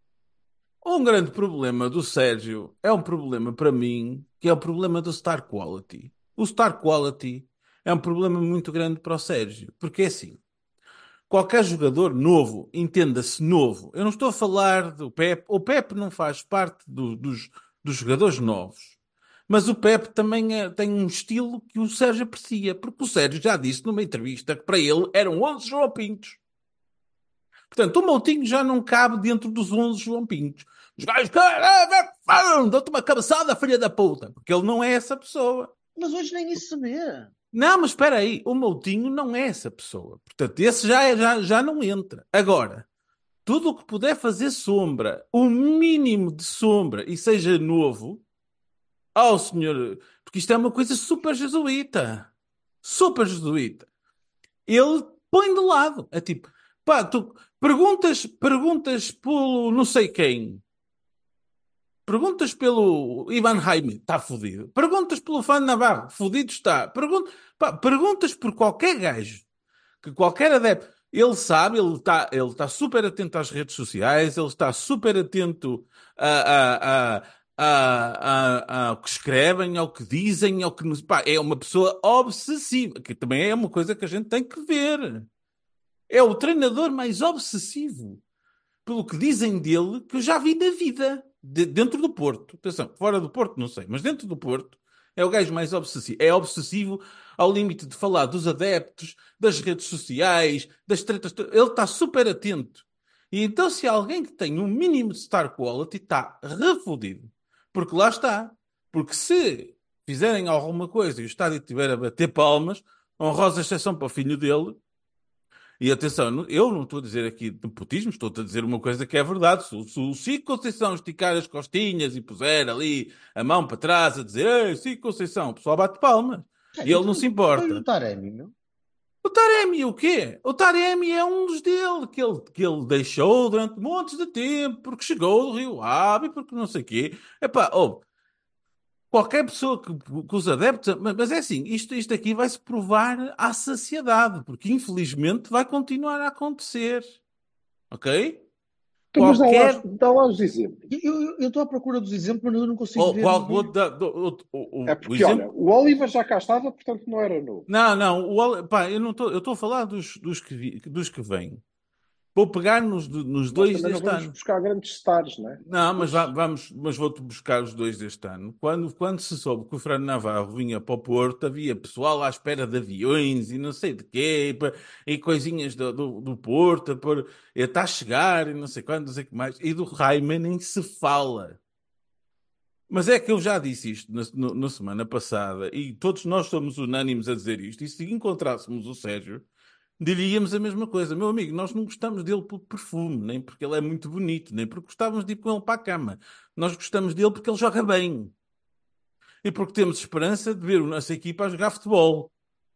Um grande problema do Sérgio é um problema para mim, que é o problema do Star Quality. O Star Quality é um problema muito grande para o Sérgio, porque é assim, qualquer jogador novo, entenda-se novo, eu não estou a falar do Pep, o Pep não faz parte dos jogadores novos, mas o Pep também tem um estilo que o Sérgio aprecia, porque o Sérgio já disse numa entrevista que para ele eram 11 João Pintos. Portanto, o Moutinho já não cabe dentro dos 11 João Pintos. Os gajos, dão-te uma cabeçada, filha da puta, porque ele não é essa pessoa. Mas hoje nem isso se vê. Não, mas espera aí, o Moutinho não é essa pessoa. Portanto, esse já não entra. Agora, tudo o que puder fazer sombra, o mínimo de sombra, e seja novo, ao senhor, porque isto é uma coisa super jesuíta. Super jesuíta. Ele põe de lado. É tipo, pá, tu perguntas pelo não sei quem. Perguntas pelo Ivan Jaime, está fodido. Perguntas pelo Fã Navarro, fodido está. Perguntas por qualquer gajo, que qualquer adepto, ele sabe, ele tá super atento às redes sociais, ele está super atento ao que escrevem, ao que dizem, ao que nos. Pá, é uma pessoa obsessiva, que também é uma coisa que a gente tem que ver. É o treinador mais obsessivo pelo que dizem dele que eu já vi na vida. Dentro do Porto. Atenção, fora do Porto não sei, mas dentro do Porto é o gajo mais obsessivo. É obsessivo ao limite de falar dos adeptos, das redes sociais, das tretas. Ele está super atento. E então, se há alguém que tem um mínimo de star quality, está refudido. Porque lá está. Porque se fizerem alguma coisa e o estádio estiver a bater palmas, honrosa exceção para o filho dele, e atenção, eu não estou a dizer aqui nepotismo, estou-te a dizer uma coisa que é verdade. Se o Chico Conceição esticar as costinhas e puser ali a mão para trás a dizer Ei, Chico Conceição, o pessoal bate palmas. E ele não se Então, e o importa. Taremi, meu? O Taremi, o quê? O Taremi é um dos dele, que ele deixou durante montes de tempo, porque chegou do Rio Ave, porque não sei o quê. Epá, qualquer pessoa que os adeptos. Mas é assim, isto aqui vai-se provar à saciedade, porque infelizmente vai continuar a acontecer. Ok? Então, mas Qualquer. dá lá os exemplos. Eu estou à procura dos exemplos, mas eu não consigo ver nenhum. É O porque, olha, exemplo. o Oliver já cá estava, portanto não era novo. Não, pá, eu não estou. Eu estou a falar dos que vêm. Vou pegar nos Nós dois também não deste vamos ano. buscar grandes stars, não é? Não, mas Pois, mas vou-te buscar os dois deste ano. Quando se soube que o Fernando Navarro vinha para o Porto, havia pessoal à espera de aviões e não sei de quê, e coisinhas do Porto, está a chegar e não sei quando, não sei o que mais. E do Raima nem se fala. Mas é que eu já disse isto na semana passada e todos nós somos unânimes a dizer isto. E se encontrássemos o Sérgio, diríamos a mesma coisa. Meu amigo, nós não gostamos dele por perfume, nem porque ele é muito bonito, nem porque gostávamos de ir com ele para a cama. Nós gostamos dele porque ele joga bem. E porque temos esperança de ver a nossa equipa a jogar futebol.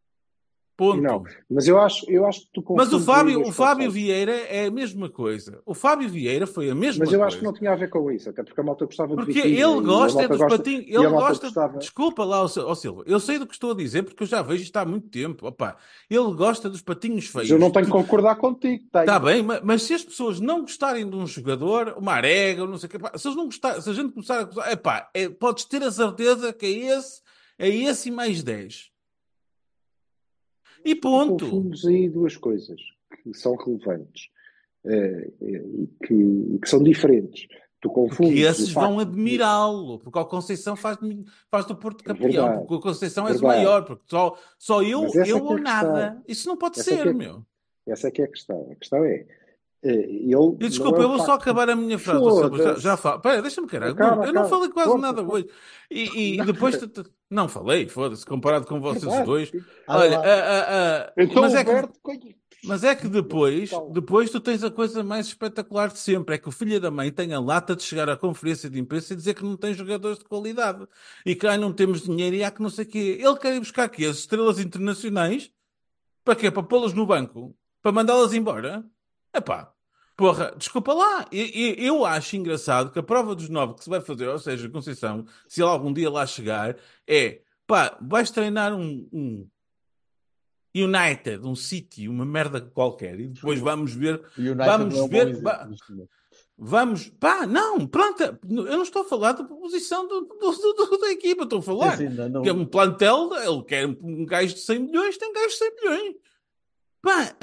não, Ponto. mas eu acho que tu Mas o confundes aí Fábio, dois o Fábio conceitos. Vieira é a mesma coisa. O Fábio Vieira foi a Mas mesma eu acho que coisa. não tinha a ver com isso, até porque a malta gostava de Porque Vitinha ele e a gosta malta dos gosta, patinhos, e a ele malta gosta. gostava. Desculpa lá, ó Silva, eu sei do que estou a dizer porque eu já vejo isto há muito tempo. Opa, ele gosta dos patinhos Mas eu não feios. tenho que concordar contigo, Está tenho. bem, mas se as pessoas não gostarem de um jogador, uma arega, não sei o que, pá, se eles não gostarem, se a gente começar a gostar, podes ter a certeza que é esse e mais 10. E Tu ponto. confundes aí duas coisas que são relevantes. que são diferentes. Tu Porque confundes o esses vão facto de... admirá-lo, porque o Conceição faz do Porto campeão, Verdade, porque o Conceição és o verdade. maior, porque só Mas eu, essa é eu que é ou a questão. nada. Isso não pode Essa é que ser, é, meu. essa é que é a questão. A questão é, ele E não desculpa, é o eu vou só facto... acabar a minha frase, Silva, já Foda-se! falo. Pera, deixa-me, caralho. Acaba, Eu não acaba. falei quase Força, nada força. hoje. E Não, depois. Não falei, foda-se, comparado com vocês os verdade. dois. Anda Olha, lá. Então mas o é que. Berto... Mas é que depois, Calma. depois tu tens a coisa mais espetacular de sempre, é que o filho da mãe tem a lata de chegar à conferência de imprensa e dizer que não tem jogadores de qualidade e que não temos dinheiro e há que não sei o quê. Ele quer ir buscar aqui as estrelas internacionais, para quê? Para pô-las no banco? Para mandá-las embora? Epá, porra, desculpa lá. Eu acho engraçado que a prova dos 9 que se vai fazer, ou seja, Conceição, se ele algum dia lá chegar, é, pá, vais treinar um United, um City, uma merda qualquer, e depois vamos ver, O United vamos não é um bom ver, exemplo neste momento. vamos, pá, não, pronto, eu não estou a falar da posição da equipa, estou a falar Sim, não, que é um plantel, ele quer um gajo de 100 milhões, tem gajo de 100 milhões, pá,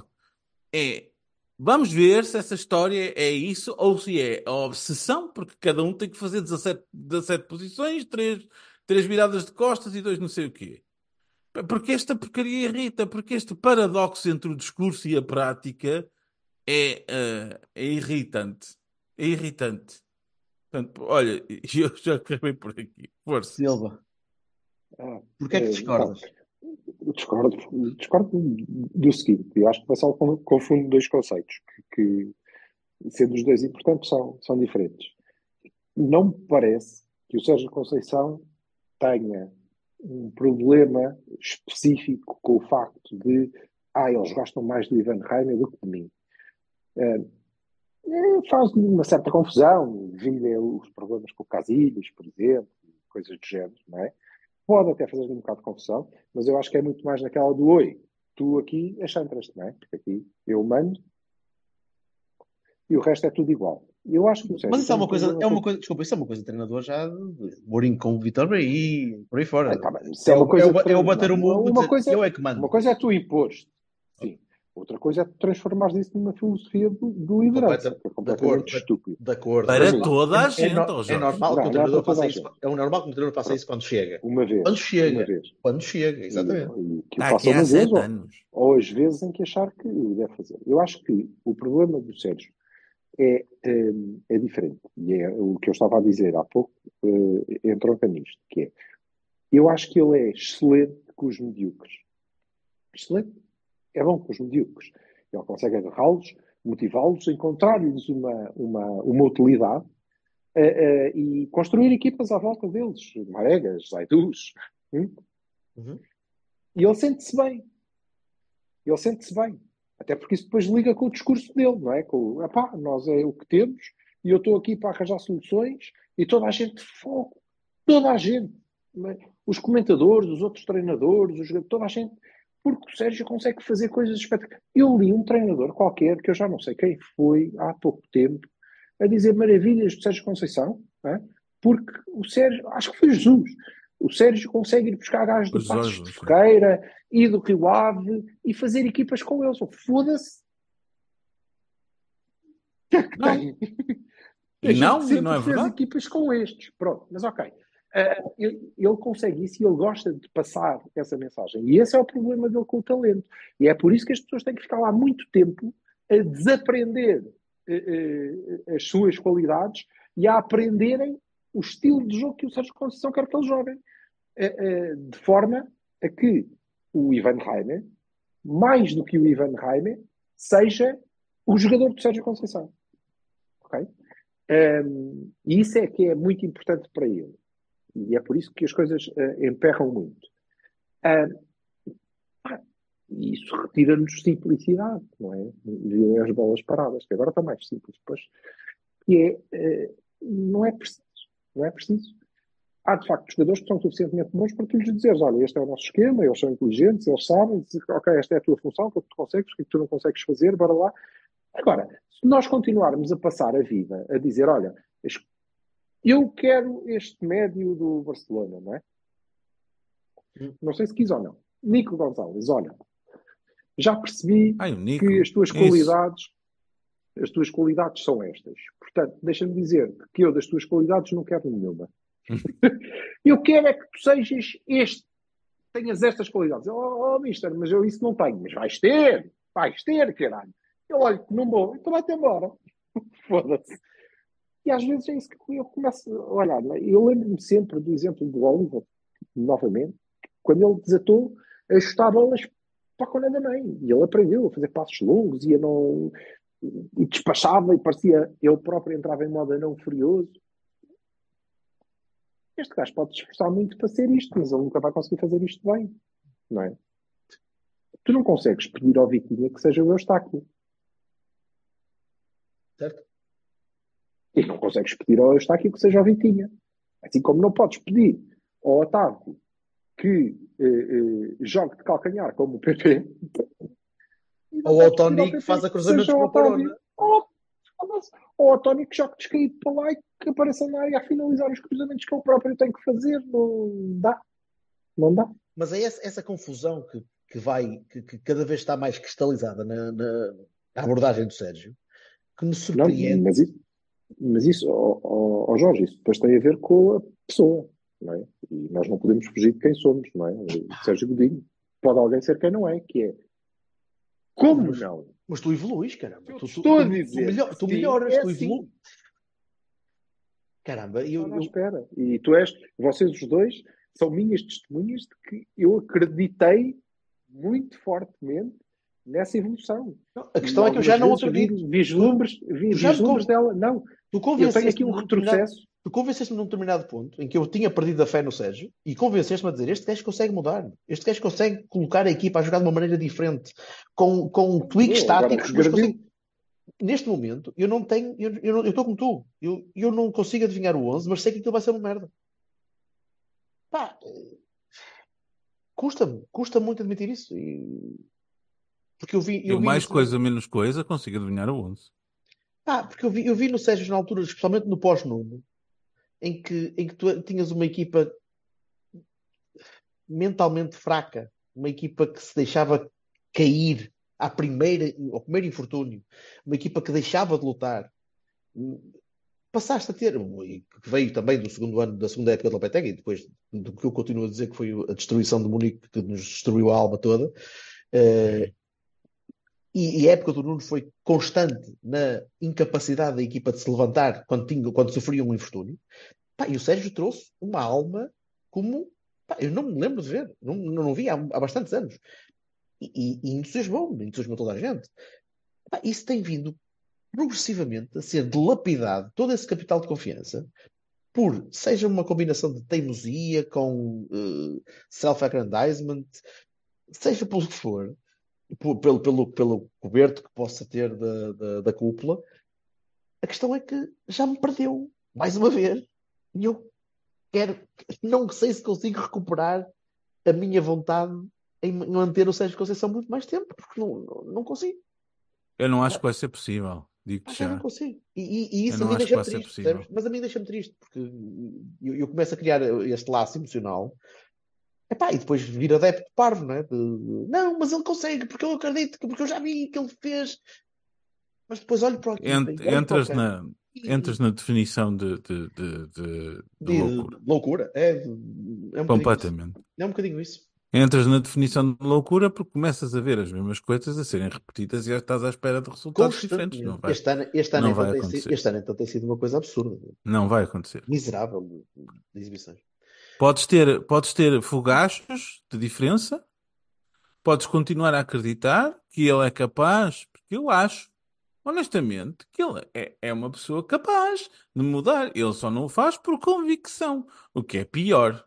vamos ver se essa história é isso ou se é a obsessão, porque cada um tem que fazer 17 posições, três viradas de costas e dois não sei o quê. Porque esta porcaria irrita, porque este paradoxo entre o discurso e a prática é irritante. É irritante. Portanto, olha, eu já acabei por aqui. Força. Silva, porquê é que discordas? Eu discordo do seguinte, eu acho que o Vassal confunde dois conceitos, que sendo os dois importantes, são diferentes. Não me parece que o Sérgio Conceição tenha um problema específico com o facto de eles gostam mais do Ivan Reimer do que de mim. Faz-me uma certa confusão devido aos problemas com o Casilhas, por exemplo, coisas do género, não é? Pode até fazer-me um bocado de confusão, mas eu acho que é muito mais naquela do oi, tu aqui achantras-te, não é? Porque aqui eu mando e o resto é tudo igual. Eu acho que Mas isso é uma coisa, desculpa, isso é uma coisa de treinador já de Mourinho com o Vitor Bahia, por aí fora. Isso é uma coisa é o bater o mundo e dizer, eu é que mando. Uma coisa é tu imposto, sim. Outra coisa é tu transformares isso numa filosofia do liderança, que é completamente estúpido. De acordo. Para toda a gente, é normal que o treinador faça isso. É normal que o treinador faça isso quando chega. Uma vez. Quando chega, exatamente. E que o faça uma vez, ou às vezes em que achar que deve fazer. Eu acho que o problema do Sérgio é diferente. E é o que eu estava a dizer há pouco, entronca nisto, que é, eu acho que ele é excelente com os medíocres. Excelente. É bom com os medíocres. Ele consegue agarrá-los, motivá-los, encontrar-lhes uma utilidade e construir equipas à volta deles. Maregas, Zaidus. Uhum. E ele sente-se bem. Até porque isso depois liga com o discurso dele, não é? Nós é o que temos e eu estou aqui para arranjar soluções e toda a gente de fogo. Toda a gente. Os comentadores, os outros treinadores, toda a gente. Porque o Sérgio consegue fazer coisas espetaculares. Eu li um treinador qualquer, que eu já não sei quem foi, há pouco tempo, a dizer maravilhas do Sérgio Conceição, não é? Porque o Sérgio, acho que foi Jesus, o Sérgio consegue ir buscar gajos do Passos de Ferreira e do Rio Ave e fazer equipas com eles. Foda-se. Não. E não é fez verdade. equipas com estes. Pronto, mas ok. Ele consegue isso e ele gosta de passar essa mensagem. E esse é o problema dele com o talento. E é por isso que as pessoas têm que ficar lá muito tempo a desaprender as suas qualidades e a aprenderem o estilo de jogo que o Sérgio Conceição quer que eles joguem. De forma a que o Ivan Reimer, mais do que o Ivan Reimer, seja o jogador do Sérgio Conceição. Ok? E isso é que é muito importante para ele. E é por isso que as coisas emperram muito. E isso retira-nos simplicidade, não é? E as bolas paradas, que agora estão mais simples. Depois, que não é preciso. Não é preciso. Há, de facto, jogadores que são suficientemente bons para tu lhes dizeres, olha, este é o nosso esquema, eles são inteligentes, eles sabem, ok, esta é a tua função, o que tu consegues, o que tu não consegues fazer, bora lá. Agora, se nós continuarmos a passar a vida a dizer, olha, eu quero este médio do Barcelona, não é? Não sei se quis ou não. Nico Gonzalez, olha, já percebi que as tuas qualidades as tuas qualidades são estas. Portanto, deixa-me dizer que eu das tuas qualidades não quero nenhuma. Eu quero é que tu sejas este, tenhas estas qualidades. Mister, mas eu isso não tenho. Mas vais ter, caralho. Eu olho, não vou, então vai-te embora. Foda-se. E às vezes é isso que eu começo a olhar. Né? Eu lembro-me sempre do exemplo do Oliver, novamente, quando ele desatou a chutar bolas para a cona da mãe. E ele aprendeu a fazer passos longos e despachava e parecia ele próprio entrava em modo não furioso. Este gajo pode se esforçar muito para ser isto, mas ele nunca vai conseguir fazer isto bem. Não é? Tu não consegues pedir ao Vitinha que seja o Eustáquio. Certo? E não consegues pedir ao Eustáquio que seja o Vitinha. Assim como não podes pedir ao Otávio que jogue de calcanhar como o PP. Ou ao Tony que faz a cruzamentos para a Corona. Ou ao Tony que jogue descaído para lá e que apareça na área a finalizar os cruzamentos que ele próprio tem que fazer. Não dá. Não dá. Mas é essa confusão que cada vez está mais cristalizada na abordagem do Sérgio que me surpreende. Não, mas isso, Jorge, isso depois tem a ver com a pessoa, não é? E nós não podemos fugir de quem somos, não é? O Sérgio Godinho. Pode alguém ser quem não é, que é. Como não? Mas tu evoluís, caramba. Estou a dizer. Tu melhoras, tu assim. evoluís. Caramba, espera. E vocês os dois, são minhas testemunhas de que eu acreditei muito fortemente nessa evolução. Não, a questão é que eu já não acredito. Vislumbres dela. Não. Eu tenho aqui um retrocesso. Tu convenceste-me num determinado ponto em que eu tinha perdido a fé no Sérgio e convenceste-me a dizer este gajo consegue mudar. Este gajo consegue colocar a equipa a jogar de uma maneira diferente, com tweaks táticos. Neste momento, eu não tenho... Eu estou como tu. Eu não consigo adivinhar o 11, mas sei que aquilo vai ser uma merda. Pá... Custa muito admitir isso. Porque eu vi mais coisa, menos coisa, consigo adivinhar o 11. Porque eu vi no Sérgio na altura, especialmente no pós-Nuno, em que tu tinhas uma equipa mentalmente fraca, uma equipa que se deixava cair ao primeiro infortúnio, uma equipa que deixava de lutar. Passaste a ter, que veio também do segundo ano, da segunda época do Lopetegui, e depois do que eu continuo a dizer que foi a destruição de Munique que nos destruiu a alma toda. E a época do Nuno foi constante na incapacidade da equipa de se levantar quando sofria um infortúnio. E o Sérgio trouxe uma alma como... eu não me lembro de ver. Não vi há bastantes anos. E entusiasmou-me toda a gente. Isso tem vindo progressivamente a ser dilapidado, todo esse capital de confiança, seja uma combinação de teimosia com self-aggrandizement, seja pelo que for, pelo coberto que possa ter da cúpula. A questão é que já me perdeu, mais uma vez, e eu não sei se consigo recuperar a minha vontade em manter o Sérgio Conceição muito mais tempo, porque não consigo. Eu não acho que vai ser possível, digo-te já. Não consigo. E isso eu a mim não acho que vai deixa-me ser triste, possível. mas a mim deixa-me triste, porque eu começo a criar este laço emocional. E depois vir adepto parvo, não é? Não, mas ele consegue, porque eu acredito, porque eu já vi que ele fez. Mas depois olho para aqui. Entras na definição de loucura. Loucura. É um completamente. É um bocadinho isso. Entras na definição de loucura porque começas a ver as mesmas coisas a serem repetidas e já estás à espera de resultados diferentes. Não vai, não vai acontecer. Este ano então tem sido uma coisa absurda. Não vai acontecer. Miserável de exibições. Podes ter fogachos de diferença, podes continuar a acreditar que ele é capaz, porque eu acho, honestamente, que ele é uma pessoa capaz de mudar. Ele só não o faz por convicção, o que é pior.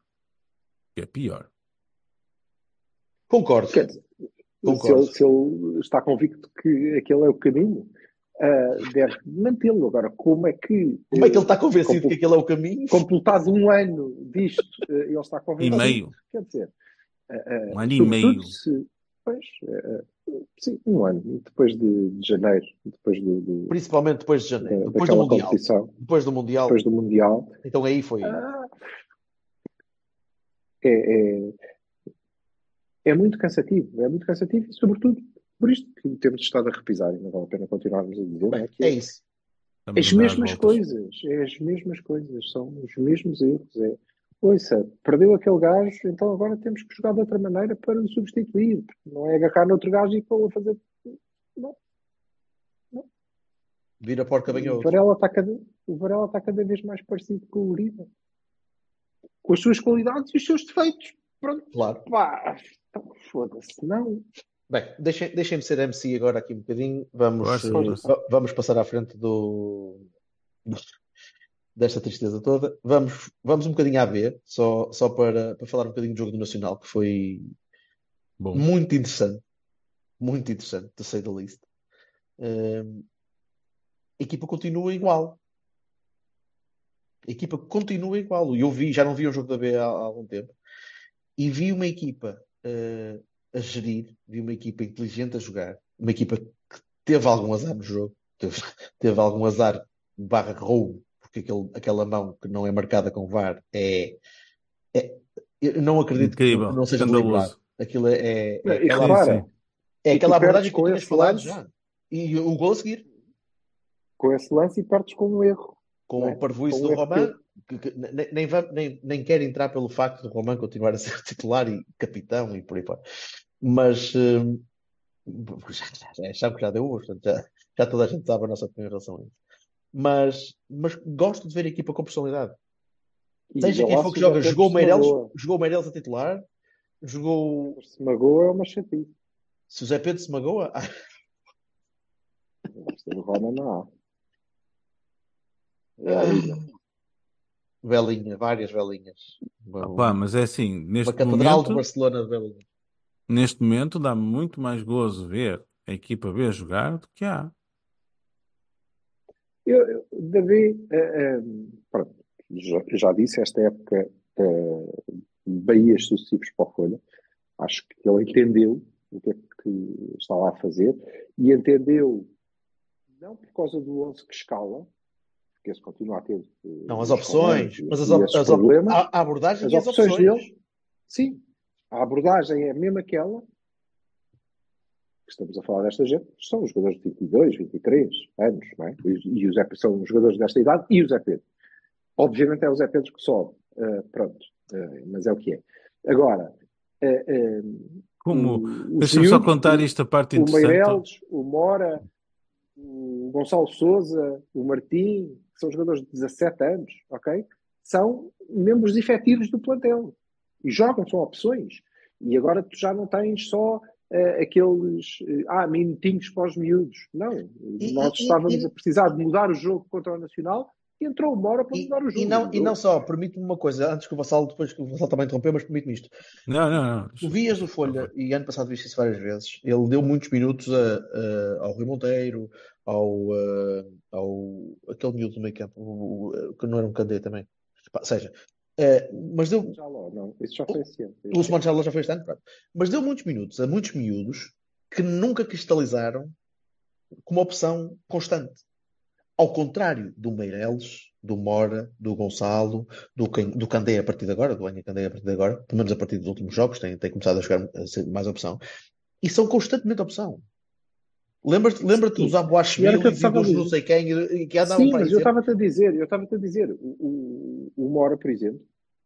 Concordo. Se ele está convicto que aquele é o caminho, deve mantê-lo. Agora, como é que ele está convencido que aquele é o caminho? Completado um ano disto, ele está convencido. E meio. Quer dizer, um ano e meio. Sim, um ano. Depois de janeiro. Principalmente depois de janeiro. Depois do Mundial. Depois do Mundial. Então aí foi. É muito cansativo. É muito cansativo e, sobretudo, por isto que temos estado a repisar, e não vale a pena continuarmos a dizer, não é? Bem, Que é isso. Estamos as a dar mesmas voltas. coisas, são os mesmos erros. Ouça, perdeu aquele gajo, então agora temos que jogar de outra maneira para o substituir. Não é agarrar noutro gajo e pô-lo a fazer. Não, não. Vira a porca bem O outro. Varela está cada vez mais parecido com o Uribe, com as suas qualidades e os seus defeitos. Pronto, Claro. pá, então, foda-se, não. Bem, deixem-me ser MC agora aqui um bocadinho. Vamos, Força. vamos passar à frente desta tristeza toda. Vamos um bocadinho à B, só para falar um bocadinho do jogo do Nacional, que foi Bom, muito interessante, to say the least. A equipa continua igual. E já não vi o jogo da B há algum tempo, e vi uma equipa a gerir, vi uma equipa inteligente a jogar, uma equipa que teve algum azar no jogo, teve algum azar barra roubo, porque aquela mão que não é marcada com VAR eu não acredito que incrível, não seja deliberado. escandaloso. Aquilo é E aquela, repara, Sim. é e aquela tu perdes abordagem que tu com tinhas esse falado lance, já. E o gol a seguir, com esse lance e perdes com um erro. com Não o é? parvoíce Com do um erro Román, que nem quer entrar pelo facto do Román continuar a ser titular e capitão e por aí fora. Mas sabe que já deu hoje, portanto, já toda a gente sabe a nossa opinião em relação a isso. Mas gosto de ver a equipa com personalidade. E Seja vê quem lá for se que o Zé joga, Pedro se magoa. jogou o Meireles a titular, jogou. Se magoa é uma chatice. Se o Zé Pedro se magoa, Esta do Roma não há. É a linha. velinha, várias velinhas. Pá, mas é assim, Uma catedral de Barcelona de velinhas. neste momento dá muito mais gozo ver a equipa B jogar do que A. Davi, pronto, já disse, esta época, Bahias sucessivos para o Folha. Acho que ele entendeu o que é que estava a fazer e entendeu, não por causa do 11 que escala, porque esse continua a ter Não, as os opções, Romãs mas e esses problemas. a abordagem As e as opções opções. dele, sim, a abordagem é mesmo aquela que estamos a falar desta gente, são os jogadores de 22, 23 anos, não é? E os são os jogadores desta idade e o Zé Pedro. Obviamente é o Zé Pedro que sobe, pronto, mas é o que é. Agora, Como? os Deixa-me só miúdos, contar isto, a parte o interessante. Meireles, o Mora, o Gonçalo Sousa, o Martim, que são jogadores de 17 anos, ok? São membros efetivos do plantel. E jogam, são opções. E agora tu já não tens só aqueles minutinhos para os miúdos. Não. Nós estávamos a precisar de mudar o jogo contra o Nacional e entrou o Mora para mudar o jogo. E não só, permite-me uma coisa, antes que o Vassalo, depois que o Vassalo também interrompeu, mas permite-me isto. Não. Tu vias o Folha, e ano passado viste isso várias vezes, ele deu muitos minutos ao Rui Monteiro, aquele miúdo do meio campo, que não era um Candé também. Ou seja, mas deu. Não, isso já foi esse ano. O Usman já foi este ano, pronto. Mas deu muitos minutos a muitos miúdos que nunca cristalizaram como opção constante. Ao contrário do Meireles, do Mora, do Gonçalo, do Candé a partir de agora, do Anha Candé a partir de agora, pelo menos a partir dos últimos jogos, tem começado a jogar a ser mais opção. E são constantemente opção. Lembra-te dos Abuashvilis e dos não sei quem que andavam Sim, para aí mas eu sempre? estava-te a dizer, o Mora, por exemplo,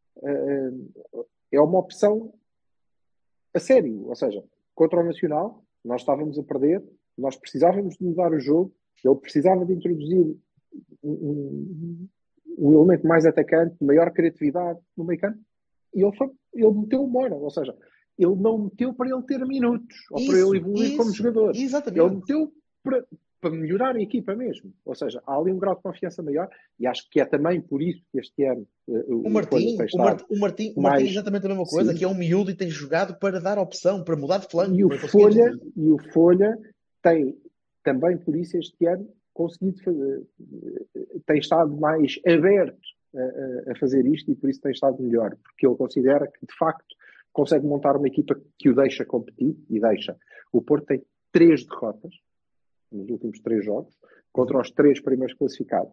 é uma opção a sério. Ou seja, contra o Nacional, nós estávamos a perder, nós precisávamos de mudar o jogo, ele precisava de introduzir um elemento mais atacante, maior criatividade no meio campo, e ele meteu o Mora. Ou seja, ele não meteu para ele ter minutos, ou para ele evoluir como jogador. Exatamente. Ele meteu para melhorar a equipa mesmo. Ou seja, há ali um grau de confiança maior, e acho que é também por isso que este ano o Martim é exatamente a mesma coisa, que é um miúdo e tem jogado para dar opção, para mudar de flanco. E o Folha tem também por isso este ano conseguido fazer, tem estado mais aberto a fazer isto, e por isso tem estado melhor, porque ele considera que de facto consegue montar uma equipa que o deixa competir, e deixa. O Porto tem 3 derrotas nos últimos 3 jogos, contra os 3 primeiros classificados.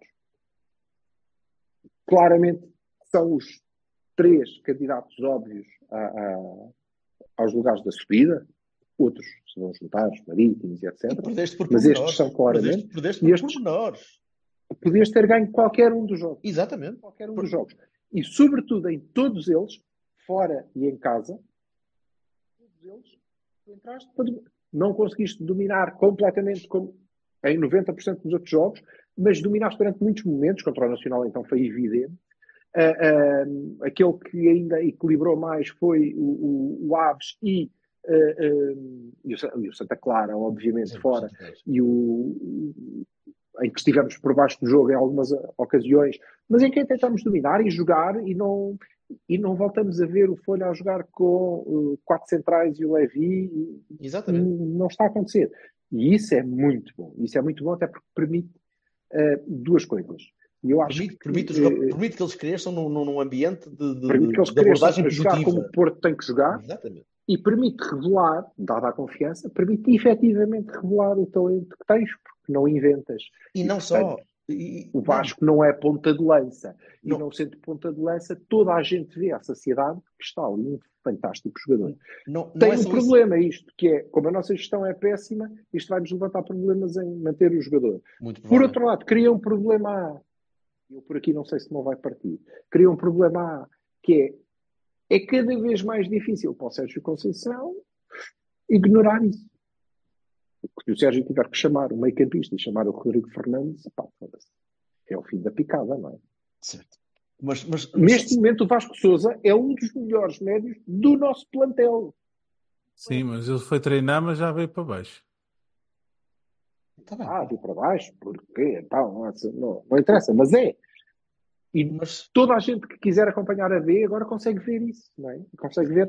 Claramente são os 3 candidatos óbvios aos lugares da subida, outros se vão juntar, os marítimos e E etc. perdeste por Mas pormenores. estes são claramente, Perdeste e por estes pormenores. podias ter ganho qualquer um dos jogos. Exatamente. Qualquer um dos jogos. E, sobretudo, em todos eles, fora e em casa, todos eles, tu entraste não conseguiste dominar completamente como em 90% dos outros jogos, mas dominaste durante muitos momentos. Contra o Nacional, então, foi evidente. Aquele que ainda equilibrou mais foi o Aves e o Santa Clara, obviamente, Sim, fora, Santa Clara. e em que estivemos por baixo do jogo em algumas ocasiões, mas em que tentámos dominar e jogar e não voltamos a ver o Folha a jogar com 4 centrais e o Levi. Exatamente. Não está a acontecer. E isso é muito bom. Isso é muito bom até porque permite duas coisas. E eu acho Permite que eles cresçam num ambiente permite que eles de abordagem cresçam a jogar como positiva. o Porto tem que jogar. Exatamente. E permite revelar, dada a confiança, permite efetivamente revelar o talento que tens, porque não inventas. E não portanto, só. O Vasco não é ponta de lança. E Não. não sendo ponta de lança, toda a gente vê a sociedade que está ali um fantástico jogador. Não Tem é um só problema isto, que é, como a nossa gestão é péssima, isto vai-nos levantar problemas em manter o jogador. muito Por provável. outro lado, cria um problema A. Eu por aqui não sei se não vai partir. Cria um problema A, que é cada vez mais difícil para o Sérgio Conceição ignorar isso. Se o Sérgio tiver que chamar o meio-campista e chamar o Rodrigo Fernandes, pá, é o fim da picada, não é? Certo. Mas Neste momento, o Vasco Sousa é um dos melhores médios do nosso plantel. Sim, mas ele foi treinar, mas já veio para baixo. Tá bem. Veio para baixo, porque não interessa, mas é. E toda a gente que quiser acompanhar a B agora consegue ver isso, não é? Consegue ver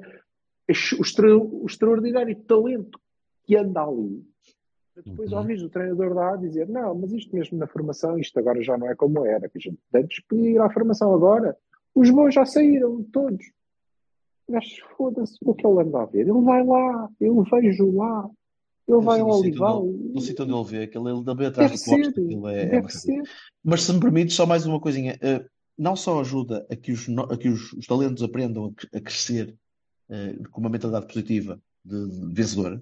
o extraordinário talento que anda ali. Depois ouvires o treinador lá dizer, não, mas isto mesmo na formação, isto agora já não é como era, que a gente antes podia ir à formação agora. Os bons já saíram, todos. Mas foda-se o que ele anda a ver. Ele vai lá, eu vejo lá, ele vai ao Olival. No sítio onde ele vê, que ele vê atrás Deve do ser, posto, aquilo é deve ser. Mas se me permites, só mais uma coisinha. Não só ajuda a que os talentos aprendam a crescer com uma mentalidade positiva de vencedora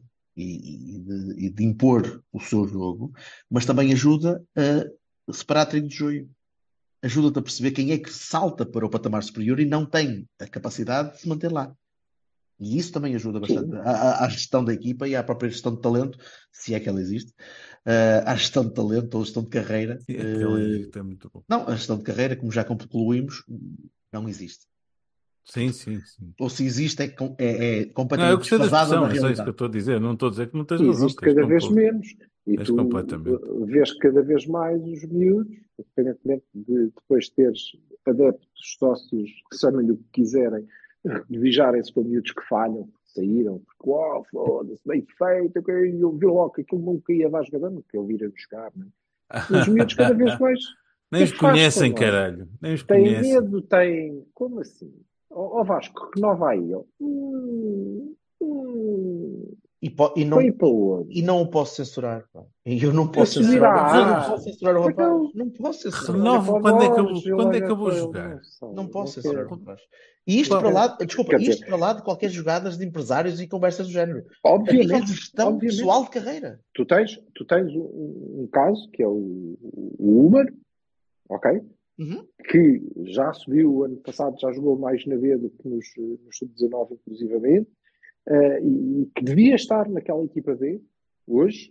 e de impor o seu jogo, mas também ajuda a separar trigo de joio. Ajuda-te a perceber quem é que salta para o patamar superior e não tem a capacidade de se manter lá. E isso também ajuda bastante à gestão da equipa e à própria gestão de talento, se é que ela existe, à gestão de talento ou gestão de carreira. Sim, aquele é muito bom. Não, a gestão de carreira, como já concluímos, não existe. Sim, sim, sim. Ou se existe, é Não, eu completamente gostei da desfasada expressão, da é só isso que eu realidade. estou a dizer. Não estou a dizer que não tens E razão. existe cada vez menos. E Tens tu completamente. vês cada vez mais os miúdos, independentemente de depois teres adeptos, sócios, que chamem-lhe o que quiserem, revijarem-se com miúdos que falham, que saíram, porque, foda-se, bem feito, eu vi logo que aquilo nunca ia dar jogador, nunca eu vira jogar, não é? E os miúdos cada vez mais Nem os conhecem, afastam, não é? caralho. Nem os Têm conhecem. medo, têm... Como assim? Ó Vasco, renova aí. E Foi para onde? e não o posso censurar. Pá. Eu não A posso subir censurar. à Eu não A. posso censurar o rapaz. Então, Não posso censurar. Renova, quando é que eu vou ele, jogar? Não posso quero. censurar o rapaz. E isto Qual- para lá, desculpa, Quer dizer- isto para lá de qualquer jogadas de empresários e conversas do género. A nível Obviamente, de gestão pessoal de carreira. Tu tens um caso, que é o Uber, ok? Uhum. Que já subiu o ano passado, já jogou mais na B do que nos sub-19, inclusivamente, e que devia estar naquela equipa B, hoje,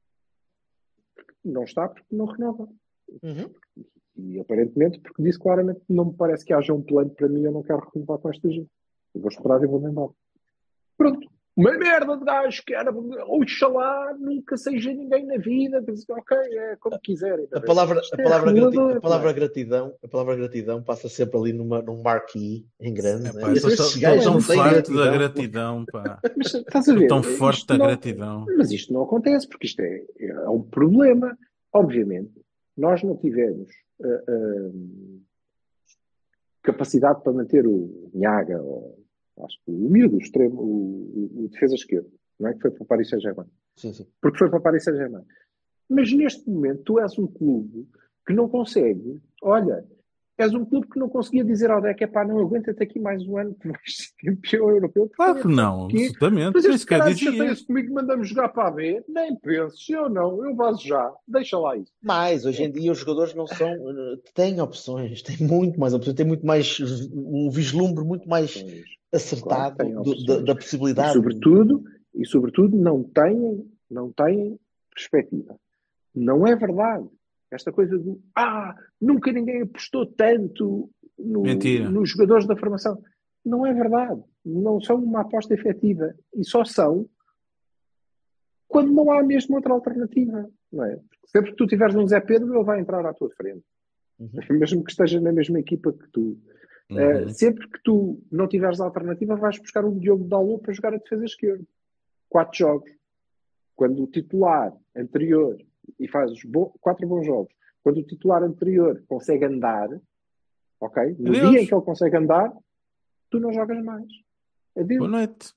não está porque não renova. Uhum. E aparentemente, porque disse claramente que não me parece que haja um plano para mim, eu não quero renovar com esta gente. Eu vou esperar e vou-me embora. Pronto. Uma merda de gajo que era, oxalá, nunca seja ninguém na vida. Ok, é como quiserem. A palavra revelador, gratidão passa sempre ali num marquee em grande. É, né? pá, Estes estou gajos tão não têm farto da gratidão. gratidão, pá. Mas estás a ver? Estou tão forte Isto da não- gratidão. Mas isto não acontece, porque isto é um problema. Obviamente, nós não tivemos capacidade para manter o Nhaga, acho que o miúdo, o extremo, o defesa esquerdo, não é? Que foi para o Paris Saint-Germain. Sim, sim. Porque foi para o Paris Saint-Germain. Mas neste momento tu és um clube que não consegue. Olha, És um clube que não conseguia dizer ao Deck, pá, não aguenta-te aqui mais um ano que vais ser campeão europeu. Claro que não, absolutamente. Mas Nem este sequer caralho dizia. chateia-se comigo, manda-me jogar para a B. Nem penses, eu não, eu vazo já. Deixa lá isso. Mas hoje em dia os jogadores não são, têm opções, têm muito mais opções, têm muito mais um vislumbre muito mais Claro que acertado têm opções. da E possibilidade. sobretudo não têm perspectiva. Não é verdade. Esta coisa do nunca ninguém apostou tanto Mentira. nos jogadores da formação. Não é verdade. Não são uma aposta efetiva. E só são quando não há mesmo outra alternativa. Não é? Porque sempre que tu tiveres um Zé Pedro, ele vai entrar à tua frente. Mesmo que esteja na mesma equipa que tu. Sempre que tu não tiveres alternativa, vais buscar um Diogo Dalot para jogar a defesa esquerda. 4 jogos. Quando o titular anterior, e fazes 4 bons jogos, quando o titular anterior consegue andar, ok? No Adeus. dia em que ele consegue andar, tu não jogas mais. Adeus. Boa noite.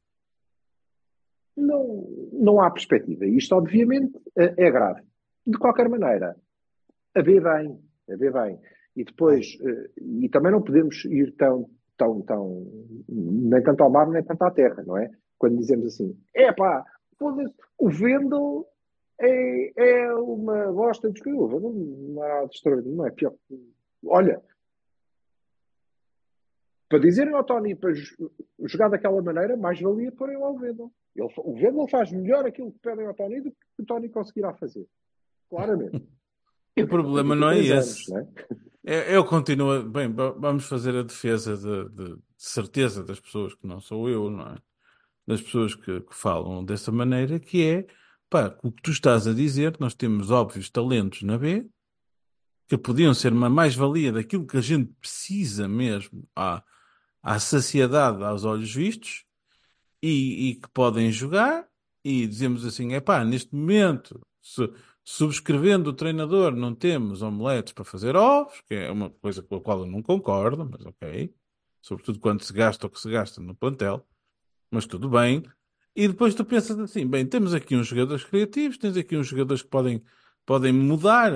Não há perspectiva. Isto, obviamente, é grave. De qualquer maneira, a B bem. E depois, e também não podemos ir tão, nem tanto ao mar, nem tanto à terra, não é? Quando dizemos assim, o Vendel é uma bosta de escolha. O Vendel não há nada de extraordinário, não é pior. Olha, para dizerem ao Tony para jogar daquela maneira, mais valia porem ao Vendel. O Vendel faz melhor aquilo que pedem ao Tony do que o Tony conseguirá fazer. Claramente. O problema não é 23 esse. anos, não é? Eu continuo. Bem, vamos fazer a defesa de certeza das pessoas, que não sou eu, não é? Das pessoas que falam dessa maneira, que é, pá, o que tu estás a dizer, nós temos óbvios talentos na B, que podiam ser uma mais-valia daquilo que a gente precisa mesmo à saciedade, aos olhos vistos, e que podem jogar, e dizemos assim, neste momento, subscrevendo o treinador, não temos omeletes para fazer ovos, que é uma coisa com a qual eu não concordo, mas ok. Sobretudo quando se gasta o que se gasta no plantel. Mas tudo bem. E depois tu pensas assim, bem, temos aqui uns jogadores criativos, tens aqui uns jogadores que podem mudar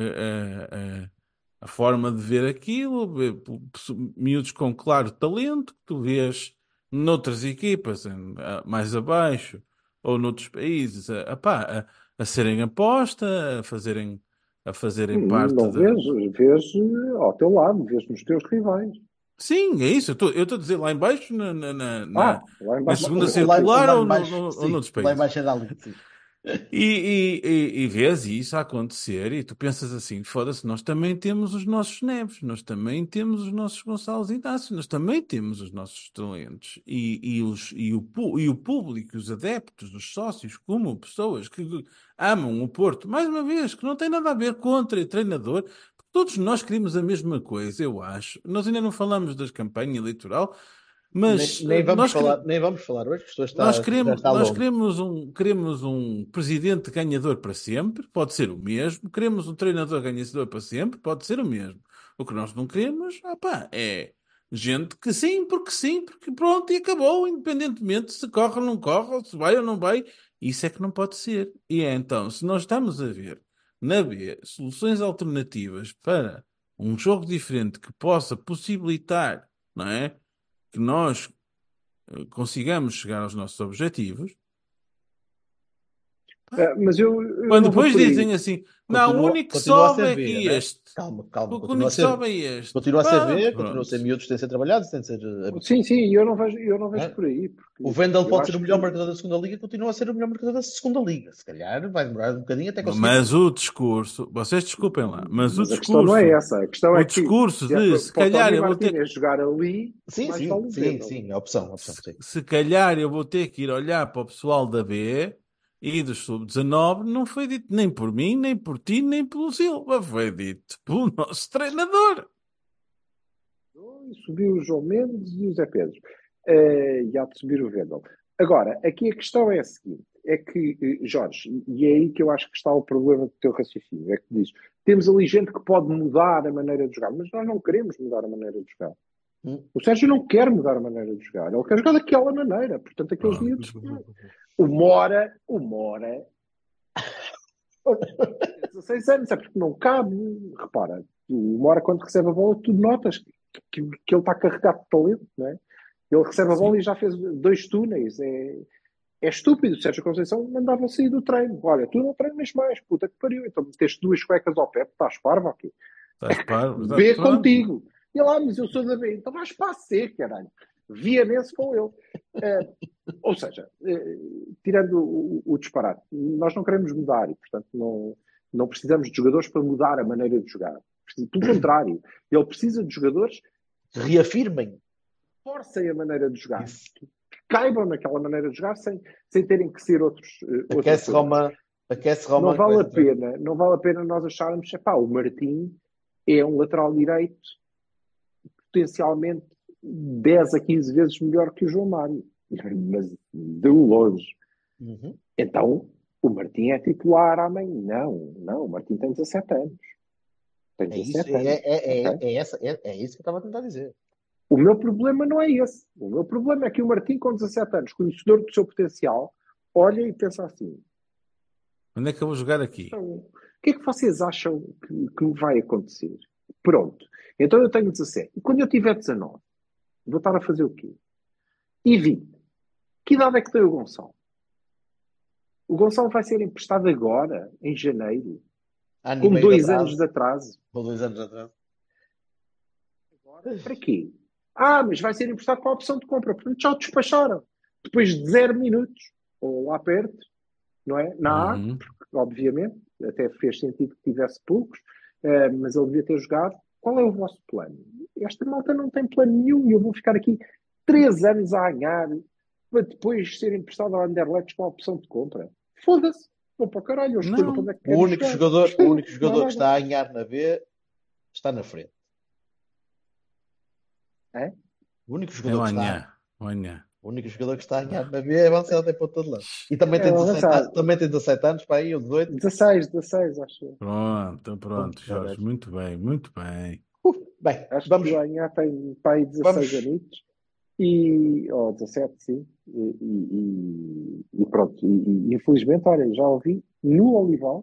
a forma de ver aquilo, miúdos com claro talento, que tu vês noutras equipas, mais abaixo, ou noutros países, a serem aposta, a fazerem parte Não vês ao teu lado, vês nos teus rivais. Sim, é isso. Eu estou a dizer lá em baixo, Lá na embaixo. segunda Lá circular em ou baixo, ou sim, noutros lá em países. baixo é da ali, sim. E vês isso a acontecer e tu pensas assim, foda-se, nós também temos os nossos Neves, nós também temos os nossos Gonçalves Inácio, nós também temos os nossos talentos e o público, os adeptos, os sócios, como pessoas que amam o Porto, mais uma vez, que não tem nada a ver contra o treinador, porque todos nós queremos a mesma coisa, eu acho. Nós ainda não falamos da campanha eleitoral, mas Nem vamos nós falar hoje, que isto nós já está nós longo. queremos um presidente ganhador para sempre, pode ser o mesmo. Queremos um treinador ganhador para sempre, pode ser o mesmo. O que nós não queremos, é gente que sim, porque pronto, e acabou, independentemente se corre ou não corre, ou se vai ou não vai. Isso é que não pode ser. E é então, se nós estamos a ver na B soluções alternativas para um jogo diferente que possa possibilitar, não é? Que nós consigamos chegar aos nossos objetivos. Mas eu Quando não vou depois por aí. dizem assim, não, o único que Continua a sobe ser é B, que né? este. Calma, O continua único a que ser, sobe é este. continua a ser B, Pronto. continua a ser miúdos que têm de ser trabalhados, têm de ser. Sim, eu não vejo por aí. O Vendel eu pode ser acho o melhor que- marcador da segunda liga, continua a ser o melhor marcador da segunda liga. Se calhar vai demorar um bocadinho até conseguir. Mas o discurso, vocês desculpem lá, mas o Mas a questão não é discurso, essa. A questão o é que discurso se é de se para o calhar Tony eu vou ter Martínez jogar ali, Sim, mais sim, vale o sim, Vendel. sim, é opção, sim. se calhar eu vou ter que ir olhar para o pessoal da B e do Sub-19, não foi dito nem por mim, nem por ti, nem pelo Silva, foi dito pelo nosso treinador. Subiu o João Mendes e o Zé Pedro. E há de subir o Vendel. Agora, aqui a questão é a seguinte: é que, Jorge, e é aí que eu acho que está o problema do teu raciocínio, é que diz, temos ali gente que pode mudar a maneira de jogar, mas nós não queremos mudar a maneira de jogar. O Sérgio não quer mudar a maneira de jogar, ele quer jogar daquela maneira. Portanto, aqueles miúdos. O Mora 16 anos, é porque não cabe. Repara, Uma hora quando recebe a bola, tu notas que ele está carregado de talento, não é? Ele recebe a bola e já fez 2 túneis. É estúpido. O Sérgio Conceição mandava sair do treino. Olha, tu não treinas mais, puta que pariu. Então meteste 2 cuecas ao pé, estás parvo aqui. Estás parvo? B Pronto. contigo. E lá, mas eu sou da B. Então vais para a C, caralho. Vianense com ele. Ou seja, tirando o disparate, nós não queremos mudar e, portanto, não precisamos de jogadores para mudar a maneira de jogar. Pelo contrário, ele precisa de jogadores Que reafirmem. forcem a maneira de jogar, Isso. que caibam naquela maneira de jogar sem terem que ser outros. Aquece Roma. Não vale a pena nós acharmos que o Martim é um lateral direito potencialmente 10 a 15 vezes melhor que o João Mário, mas de longe. Uhum. Então, o Martim é titular amanhã. Não, o Martim tem 17 anos. Tem É isso, 17 anos. Ok? é isso que eu estava a tentar dizer. O meu problema não é esse. O meu problema é que o Martim, com 17 anos, conhecedor do seu potencial, olha e pensa assim: Onde é que eu vou jogar aqui? então, o que é que vocês acham que me vai acontecer? Pronto. Então eu tenho 17. E quando eu tiver 19, vou estar a fazer o quê? E 20. Que idade é que tem o Gonçalo? O Gonçalo vai ser emprestado agora, em janeiro, Ano e com meio 2 atraso. anos de atraso. Ou 2 anos atrás. Agora, para quê? Mas vai ser emprestado com a opção de compra. Portanto, já o despacharam. Depois de 0 minutos, ou lá perto, não é? Na A, Uhum. porque, obviamente, até fez sentido que tivesse poucos, mas ele devia ter jogado. Qual é o vosso plano? Esta malta não tem plano nenhum e eu vou ficar aqui 3 anos a ganhar para depois ser emprestado ao Anderlecht com a opção de compra. Foda-se. Vou para o caralho, eu escolho Não. como é que O quero único jogar. jogador que está a ganhar na B está na frente. É? O único É jogador que está. amanhã. Amanhã. O único jogador que está a ganhar na B é avançado em ponta de lança. E também É tem 17, avançado. também tem 17 anos, para aí, ou 18. 16, acho eu. Pronto, Jorge. Caralho. Muito bem, muito bem. Bem, Acho vamos, que o Anhá tem pai 16 vamos, anitos. Ou 17, sim. E pronto. E infelizmente, olha, já ouvi no Olival,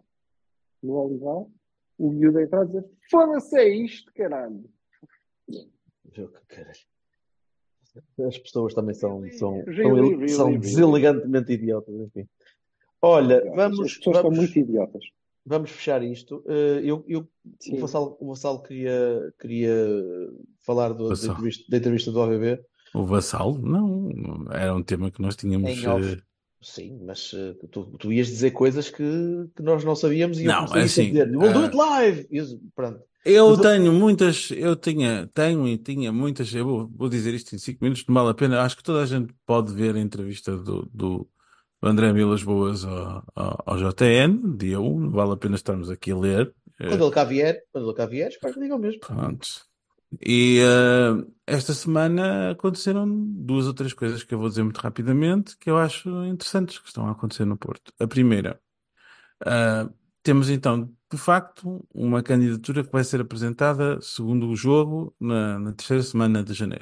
o miúdo a entrar a dizer: foda-se, é isto, caralho. caralho. As pessoas também são Really. deselegantemente idiotas, enfim. Olha, As pessoas estão muito idiotas. vamos fechar isto. O Sim. Vassal queria falar Vassal. da entrevista do AVB O Vassal? Não. Era um tema que nós tínhamos. em off. Sim, mas tu ias dizer coisas que nós não sabíamos e eu Não, comecei é a assim. dizer, we'll do it live! Pronto. Eu Mas tenho muitas, tenho e tinha muitas, eu vou dizer isto em 5 minutos, não vale a pena. Acho que toda a gente pode ver a entrevista do André Vilas Boas ao JN, dia 1, não vale a pena estarmos aqui a ler. quando ele cá vier, espero que diga o mesmo. Pronto. E esta semana aconteceram 2 ou 3 coisas que eu vou dizer muito rapidamente, que eu acho interessantes que estão a acontecer no Porto. A primeira, temos então, de facto, uma candidatura que vai ser apresentada, segundo o jogo, na terceira semana de janeiro.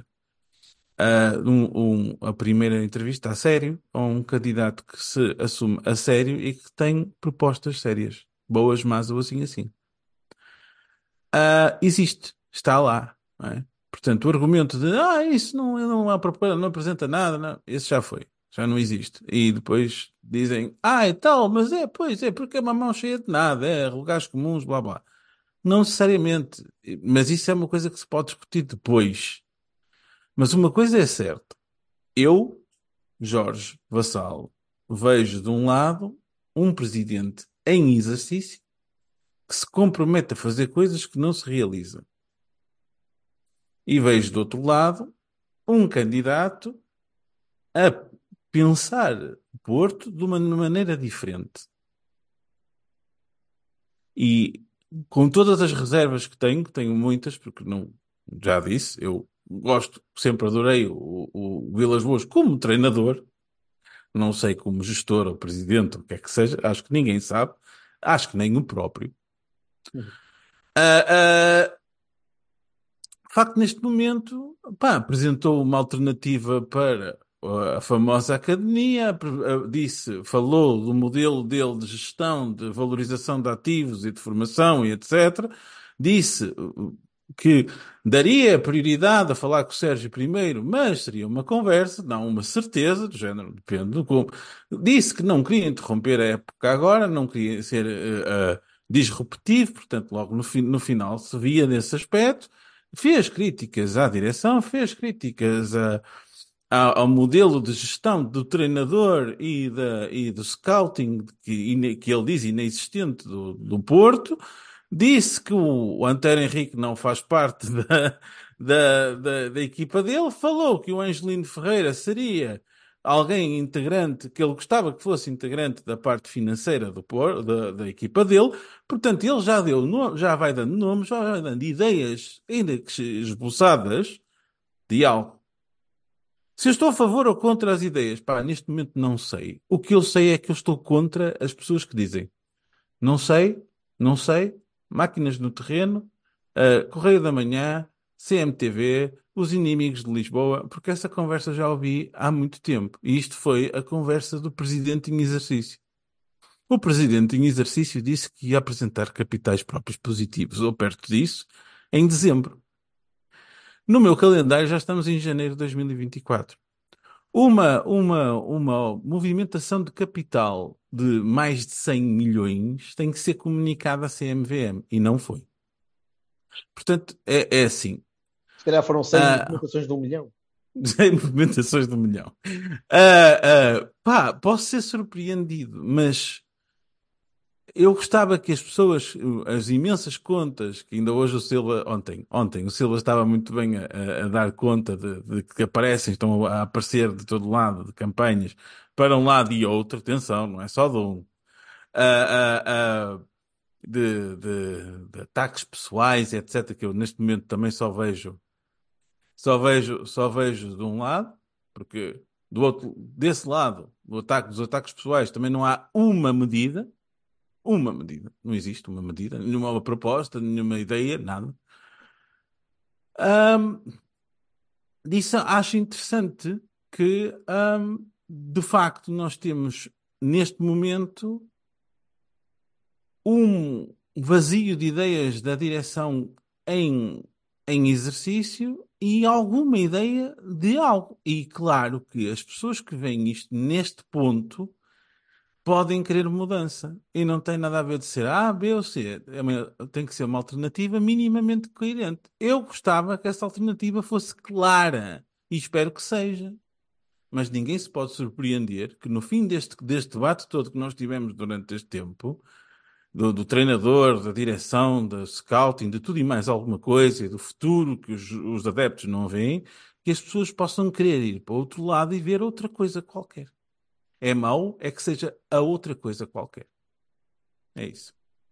A primeira entrevista a sério a um candidato que se assume a sério e que tem propostas sérias, boas, más ou assim assim. Existe, está lá, não é? Portanto, o argumento de isso não há proposta, não apresenta nada, não, esse já foi, já não existe. E depois dizem, e tal, mas pois é, porque é uma mão cheia de nada, é lugares comuns, blá blá. Não necessariamente, mas isso é uma coisa que se pode discutir depois. Mas uma coisa é certa, eu, Jorge Vassal, vejo de um lado um presidente em exercício que se compromete a fazer coisas que não se realizam. E vejo do outro lado um candidato a pensar o Porto de uma maneira diferente. E com todas as reservas que tenho muitas, porque não, já disse, eu sempre adorei o Vilas Boas como treinador, não sei como gestor ou presidente, o que é que seja, acho que ninguém sabe, acho que nem o próprio. De facto, neste momento, apresentou uma alternativa para a famosa academia, falou do modelo dele de gestão, de valorização de ativos e de formação e etc. Disse que daria prioridade a falar com o Sérgio primeiro, mas seria uma conversa, não uma certeza, do género, depende do como. Disse que não queria interromper a época agora, não queria ser disruptivo, portanto, logo no final se via nesse aspecto. Fez críticas à direção, fez críticas ao modelo de gestão do treinador e do scouting que ele diz inexistente do Porto. Disse que o Antero Henrique não faz parte da equipa dele. Falou que o Angelino Ferreira seria alguém integrante, que ele gostava que fosse integrante da parte financeira da equipa dele. Portanto, ele já já vai dando nomes, já vai dando ideias, ainda que esboçadas, de algo. Se eu estou a favor ou contra as ideias, pá, neste momento não sei. O que eu sei é que eu estou contra as pessoas que dizem não sei, não sei, máquinas no terreno, Correio da Manhã, CMTV, os inimigos de Lisboa, porque essa conversa já ouvi há muito tempo. E isto foi a conversa do presidente em exercício. O presidente em exercício disse que ia apresentar capitais próprios positivos, ou perto disso, em dezembro. No meu calendário já estamos em janeiro de 2024. Uma movimentação de capital de mais de 100 milhões tem que ser comunicada à CMVM e não foi. Portanto, é assim. Se calhar foram 100 Ah, movimentações de 1 milhão. 100 movimentações de 1 milhão. Pá, posso ser surpreendido, mas eu gostava que as pessoas, as imensas contas que ainda hoje o Silva, ontem o Silva estava muito bem a dar conta de que aparecem, estão a aparecer de todo lado, de campanhas, para um lado e outro, atenção, não é só de um, ah, ah, ah, de ataques pessoais, etc., que eu neste momento também só vejo de um lado, porque desse lado, dos ataques pessoais, também não há uma medida. Não existe uma medida, nenhuma proposta, nenhuma ideia, nada. Ahm, Disso acho interessante que, de facto, nós temos neste momento um vazio de ideias da direção em, em exercício e alguma ideia de algo. E claro que as pessoas que veem isto neste ponto podem querer mudança. E não tem nada a ver de ser A, B ou C. Tem que ser uma alternativa minimamente coerente. Eu gostava que essa alternativa fosse clara. E espero que seja. Mas ninguém se pode surpreender que no fim deste debate todo que nós tivemos durante este tempo, do treinador, da direção, do scouting, de tudo e mais alguma coisa, e do futuro que os adeptos não veem, que as pessoas possam querer ir para o outro lado e ver outra coisa qualquer. É mau, é que seja a outra coisa qualquer. É isso.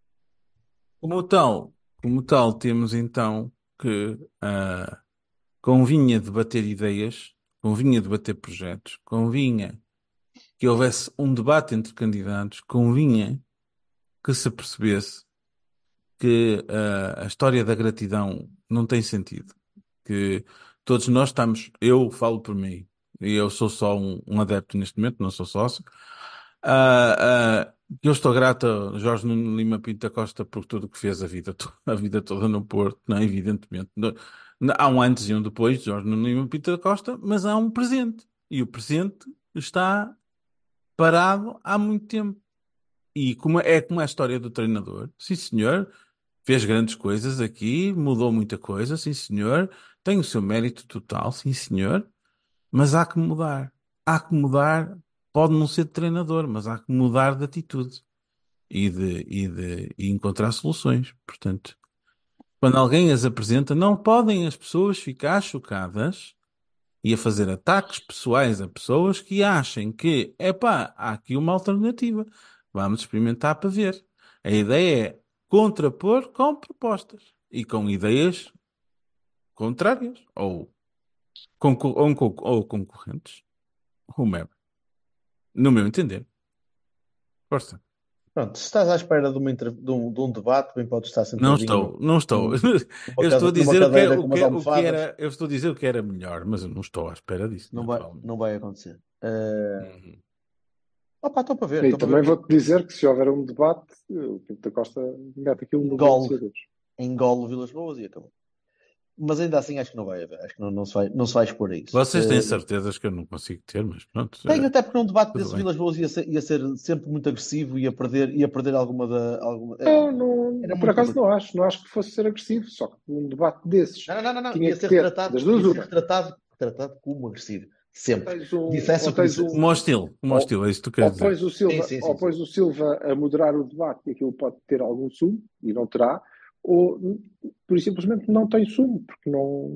Como tal, temos então que convinha debater ideias, convinha debater projetos, convinha que houvesse um debate entre candidatos, convinha que se percebesse que a história da gratidão não tem sentido. Que todos nós estamos, eu falo por mim, e eu sou só um adepto neste momento, não sou sócio. Eu estou grato a Jorge Nuno Lima Pinto da Costa por tudo o que fez a vida toda no Porto, não, é? Evidentemente. Há um antes e um depois de Jorge Nuno Lima Pinto da Costa, mas há um presente. E o presente está parado há muito tempo. E como é a história do treinador, sim senhor, fez grandes coisas aqui, mudou muita coisa, sim senhor, tem o seu mérito total, sim senhor, mas há que mudar. Há que mudar, pode não ser de treinador, mas há que mudar de atitude e encontrar soluções. Portanto, quando alguém as apresenta, não podem as pessoas ficar chocadas e a fazer ataques pessoais a pessoas que achem que, epá, há aqui uma alternativa. Vamos experimentar para ver. A ideia é contrapor com propostas e com ideias contrárias ou concorrentes, whomever. No meu entender. Força. Pronto, se estás à espera de um debate, bem podes estar Não sentadinho estou, não estou. Eu estou a numa dizer cadeira com umas o que almofadas. era, eu estou a dizer o que era melhor, mas eu não estou à espera disso, naturalmente. Não vai acontecer. Uhum. Opa, E estou para ver também o que vou-te dizer que se houver um debate, o Pinto da Costa mete aquilo nos engole, vencedores. engole o Vilas Boas e acabou. Mas ainda assim acho que não vai haver, acho que não se vai expor a isso. Vocês têm certezas que eu não consigo ter, mas pronto, Tenho até porque num debate tudo desse bem. Vilas Boas ia ser sempre muito agressivo, ia perder Não, era por muito acaso complicado. não acho que fosse ser agressivo, só que um debate desses Não, tinha que ter, das duas ia ser uma, retratado como agressivo, ou sempre. tens um, Dissesse ou o que tens dissesse. um, Como ao ou, estilo, é isso que tu queres dizer. Sim. pões o Silva a moderar o debate e aquilo pode ter algum sumo, e não terá, ou por simplesmente não tem sumo, porque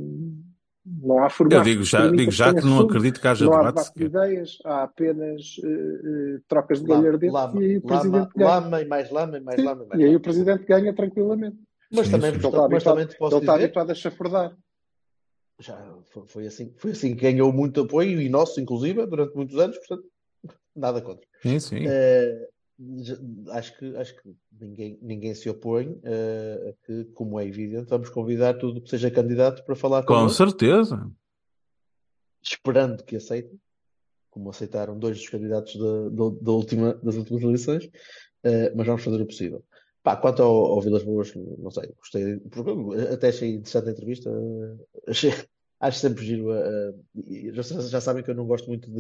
não há Eu formato que digo permita que já tenha que não sumo, acredito que haja não há debate debate de sequer. ideias, há apenas trocas de Lama, galhardetes e lama, aí o lama, presidente ganha. lama e mais Sim, lama e mais e aí lama. o presidente ganha tranquilamente, Sim, sim. porque Mas também te ele posso está dizer, habituado a chafurdar. já foi assim que ganhou muito apoio, e nosso, inclusive, durante muitos anos, portanto, nada contra. Sim, sim. Eh, acho que ninguém se opõe a que, como é evidente, vamos convidar tudo que seja candidato para falar Com connosco, certeza. esperando que aceitem, como aceitaram dois dos candidatos das últimas eleições, mas vamos fazer o possível. Pá, quanto ao Vilas Boas, não sei, gostei, porque até achei interessante a entrevista, achei, acho sempre giro. Já sabem que eu não gosto muito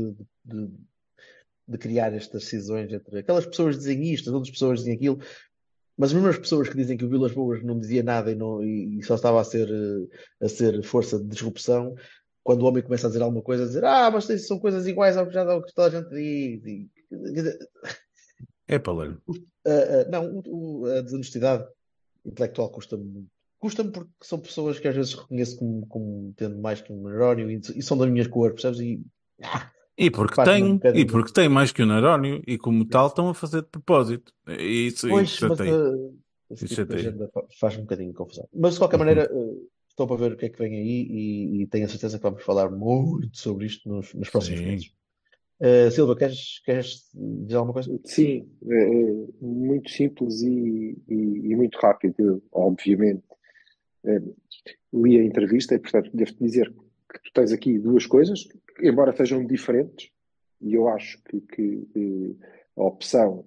de criar estas cisões entre aquelas pessoas que dizem isto, as outras pessoas dizem aquilo, mas as mesmas pessoas que dizem que o Vilas Boas não dizia nada e só estava a ser força de disrupção, quando o homem começa a dizer alguma coisa, a dizer, mas isso são coisas iguais ao que toda a gente diz. Quer dizer, É para ler. não, a desonestidade intelectual custa-me muito. Custa-me porque são pessoas que às vezes reconheço como tendo mais que um neurónio e são da minha cor, percebes? E ah, faz-me um E bocadinho. porque tem mais que o neurónio, e como tal estão a fazer de propósito. Isso Pois, mas chateia. esse Isso tipo de chateia. agenda faz um bocadinho de confusão. Mas de qualquer Uhum. maneira, estou para ver o que é que vem aí e tenho a certeza que vamos falar muito sobre isto nos próximos Sim. meses. Silva, queres dizer alguma coisa? Sim, muito simples e muito rápido, obviamente. Eh, Li a entrevista e, portanto, devo-te dizer que tu tens aqui duas coisas, que, embora sejam diferentes, e eu acho que a opção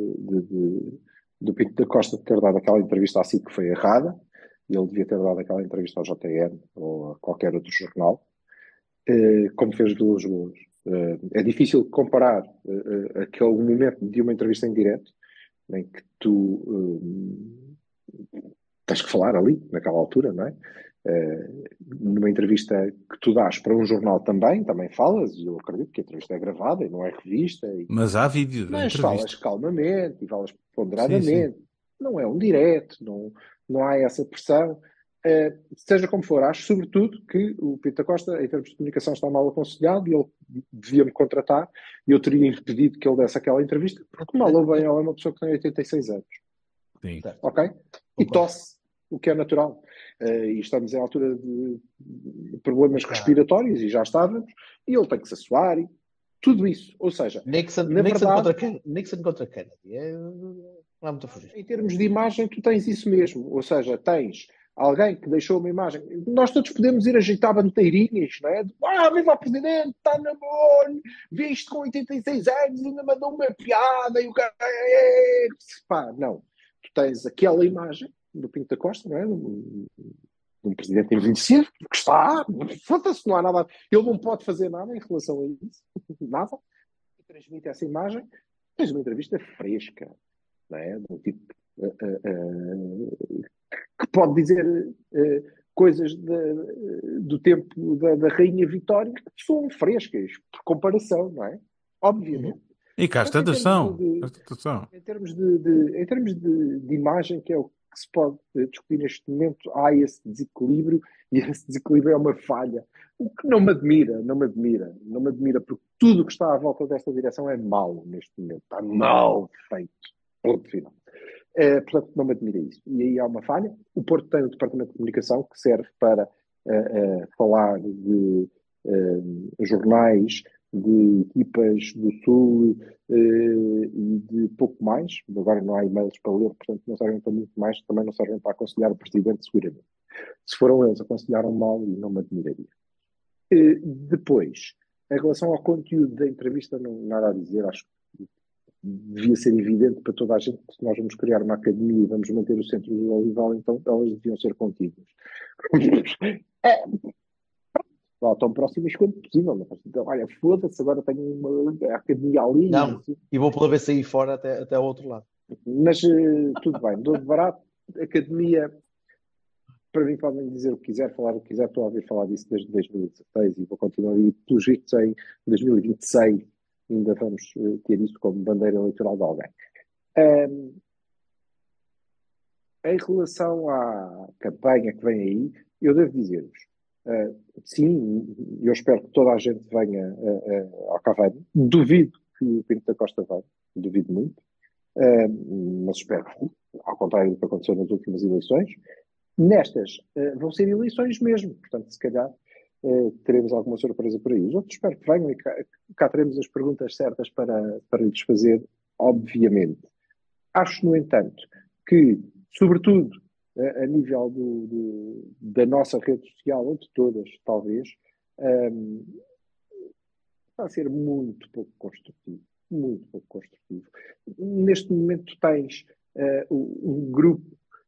do Pinto da Costa de ter dado aquela entrevista assim que foi errada, ele devia ter dado aquela entrevista ao JN ou a qualquer outro jornal, como fez de Lisboa. É difícil comparar aquele momento de uma entrevista em direto, em que tu tens que falar ali, naquela altura, não é? Numa entrevista que tu dás para um jornal também falas, e eu acredito que a entrevista é gravada e não é revista, Mas há vídeo da mas falas entrevista. calmamente e falas Sim, sim. ponderadamente. Não é um direto, não há essa pressão. Seja como for, acho sobretudo que o Pinto da Costa, em termos de comunicação, está mal aconselhado e ele devia-me contratar e eu teria impedido que ele desse aquela entrevista, porque mal ou bem ele é uma pessoa que tem 86 anos. Sim. Certo. Ok? E Concordo. tosse, o que é natural. E estamos em altura de problemas Está. respiratórios e já estávamos, e ele tem que se assoar, e tudo isso. Ou seja, Nixon, na Nixon verdade, Nixon contra Kennedy. Não há muito a fugir. em termos de imagem, tu tens isso mesmo. Ou seja, tens alguém que deixou uma imagem. Nós todos podemos ir ajeitar bandeirinhas, não é? Viva o presidente, está na boa, visto com 86 anos, ainda mandou uma piada e o cara. Pá, não. Tu tens aquela imagem do Pinto da Costa, não é? De um presidente envelhecido, que está, foda-se, não há nada. Ele não pode fazer nada em relação a isso, nada. E transmite essa imagem. Tens uma entrevista fresca, não é? Do tipo. Que pode dizer coisas do tempo da Rainha Vitória que são frescas, por comparação, não é? Obviamente. E cá está Portanto, atenção. em termos de imagem, que é o que se pode discutir neste momento, há esse desequilíbrio e esse desequilíbrio é uma falha. O que não me admira, porque tudo o que está à volta desta direção é mau neste momento. Está mal feito. Ponto final. Portanto, não me admira isso. E aí há uma falha. O Porto tem o Departamento de Comunicação que serve para falar de jornais de equipas do Sul e de pouco mais. Agora não há e-mails para ler, portanto não servem para muito mais, também não servem para aconselhar o Presidente, seguramente. Se foram eles, aconselharam mal e não me admiraria. Depois, em relação ao conteúdo da entrevista, não nada a dizer, acho que devia ser evidente para toda a gente que se nós vamos criar uma academia e vamos manter o centro do Olival, então elas deviam ser contínuas. Lá tão próximas quanto possível. Mas, então, olha, foda-se, agora tenho uma academia ali. Não, e vou pela vez sair fora até ao outro lado. Mas tudo bem, dou de barato. Academia, para mim, podem dizer o que quiser, falar o que quiser. Estou a ouvir falar disso desde 2016 e vou continuar. E, pelos vistos, em 2026 ainda vamos ter isso como bandeira eleitoral de alguém. Em relação à campanha que vem aí, eu devo dizer-vos, sim, eu espero que toda a gente venha ao Cavani. Duvido que o Pinto da Costa venha, duvido muito, mas espero, ao contrário do que aconteceu nas últimas eleições. Nestas vão ser eleições mesmo, portanto, se calhar teremos alguma surpresa por aí. Os outros espero que venham e cá teremos as perguntas certas para lhes fazer, obviamente. Acho, no entanto, que, sobretudo, a nível da nossa rede social, ou de todas, talvez, vai ser muito pouco construtivo. Muito pouco construtivo. Neste momento tens um grupo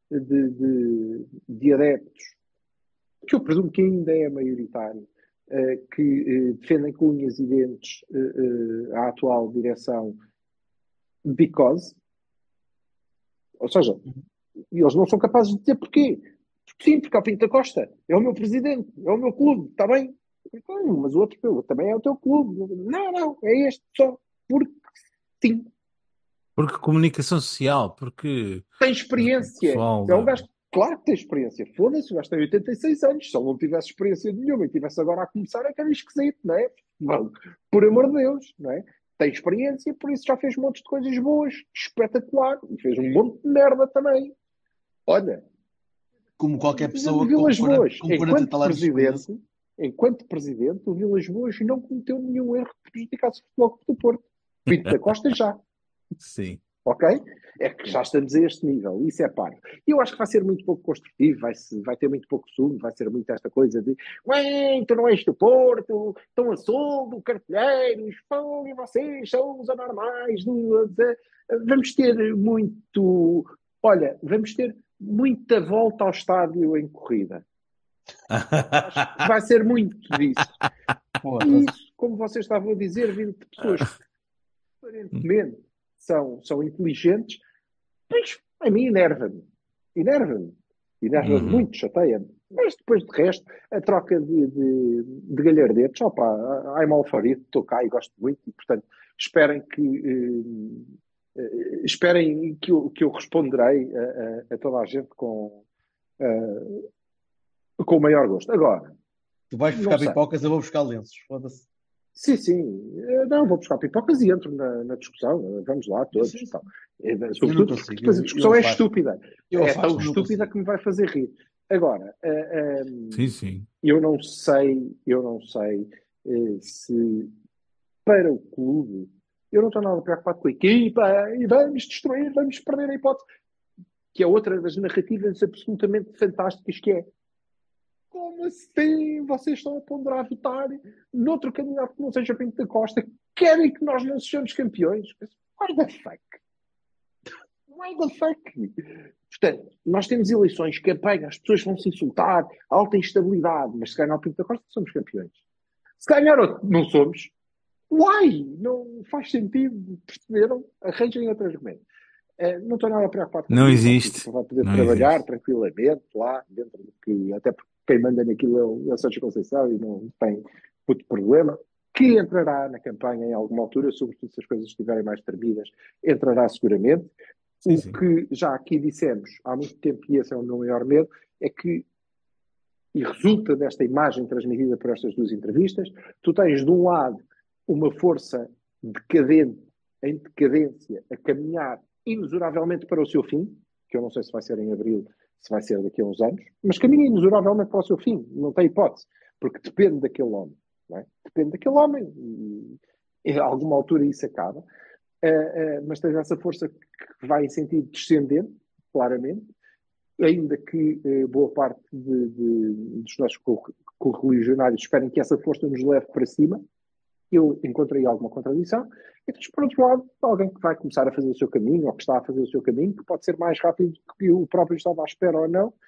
de adeptos, que eu presumo que ainda é maioritário, que defendem com unhas e dentes a atual direção because, ou seja, eles não são capazes de dizer porquê. Sim, porque é o Pinto da Costa, é o meu presidente, é o meu clube, está bem? Não, mas o outro também é o teu clube. Não, é este só, porque sim. Porque comunicação social, porque Tem experiência. pessoal, É um gajo, claro que tem experiência. Foda-se, o gajo tem 86 anos. Se ele não tivesse experiência nenhuma e estivesse agora a começar, é que era esquisito, não é? Não, por amor de Deus, não é? Tem experiência, por isso já fez um monte de coisas boas, espetacular, e fez um monte de merda também. Olha, Como qualquer pessoa o Vilas Boas, com 40 e tal anos de experiência. enquanto presidente, o Vilas Boas não cometeu nenhum erro que prejudicasse o Futebol Clube do Porto. Pinto da Costa já. sim. Ok? É que já estamos a este nível, isso é paro. E eu acho que vai ser muito pouco construtivo, vai ter muito pouco sumo, vai ser muito esta coisa de tu não és do Porto, estão a soldo, cartelheiros, e vocês são os anormais. Vamos ter muito... Olha, vamos ter muita volta ao estádio em corrida. Acho que vai ser muito disso. E isso, como vocês estavam a dizer, vindo de pessoas que aparentemente são inteligentes, pois a mim enerva-me muito, chateia-me. Mas depois de resto, a troca de galhardetes, I'm all for it, estou cá e gosto muito, e portanto esperem que eu responderei a toda a gente com o maior gosto. Agora, Tu vais buscar pipocas, eu vou buscar lenços. Foda-se. Sim. Não, vou buscar pipocas e entro na discussão. Vamos lá, todos. Sim. Então. Sobretudo porque depois a discussão é estúpida. É tão estúpida que me vai fazer rir. Agora, Sim. eu não sei se para o clube, eu não estou nada preocupado com a equipa e vamos destruir, vamos perder a hipótese, que é outra das narrativas absolutamente fantásticas que é: como assim vocês estão a ponderar a votar noutro candidato que não seja Pinto da Costa? Querem que nós não sejamos campeões? Why the fuck? Portanto, nós temos eleições, campanha, as pessoas vão se insultar, alta instabilidade, mas se ganhar o Pinto da Costa, somos campeões. Se ganhar outro, não somos. Why? Não faz sentido, perceberam? Arranjem outro argumento. Não estou nada preocupado com Não isso. existe. Vai poder Não trabalhar existe. tranquilamente lá, dentro do que, até porque quem manda naquilo é o Sérgio Conceição e não tem muito problema, que entrará na campanha em alguma altura, sobretudo se as coisas estiverem mais tremidas, entrará seguramente. Sim. O que já aqui dissemos há muito tempo, e esse é o meu maior medo, é que, e resulta desta imagem transmitida por estas duas entrevistas, tu tens de um lado uma força decadente, em decadência, a caminhar inexoravelmente para o seu fim, que eu não sei se vai ser em abril, se vai ser daqui a uns anos, mas caminha inexoravelmente para o seu fim, não tem hipótese, porque depende daquele homem. não é? Depende daquele homem. E a alguma altura isso acaba. Mas tens essa força que vai em sentido descendente, claramente, ainda que boa parte dos nossos correligionários esperem que essa força nos leve para cima. Eu encontrei alguma contradição. E depois, por outro lado, alguém que vai começar a fazer o seu caminho, ou que está a fazer o seu caminho, que pode ser mais rápido do que o próprio estava à espera ou não,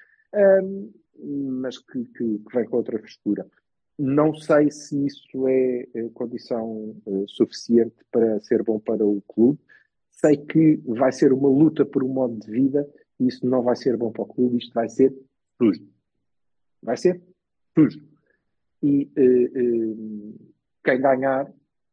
mas que vem com outra postura. Não sei se isso é condição suficiente para ser bom para o clube. Sei que vai ser uma luta por um modo de vida e isso não vai ser bom para o clube. Isto vai ser sujo. Vai ser sujo. E quem ganhar,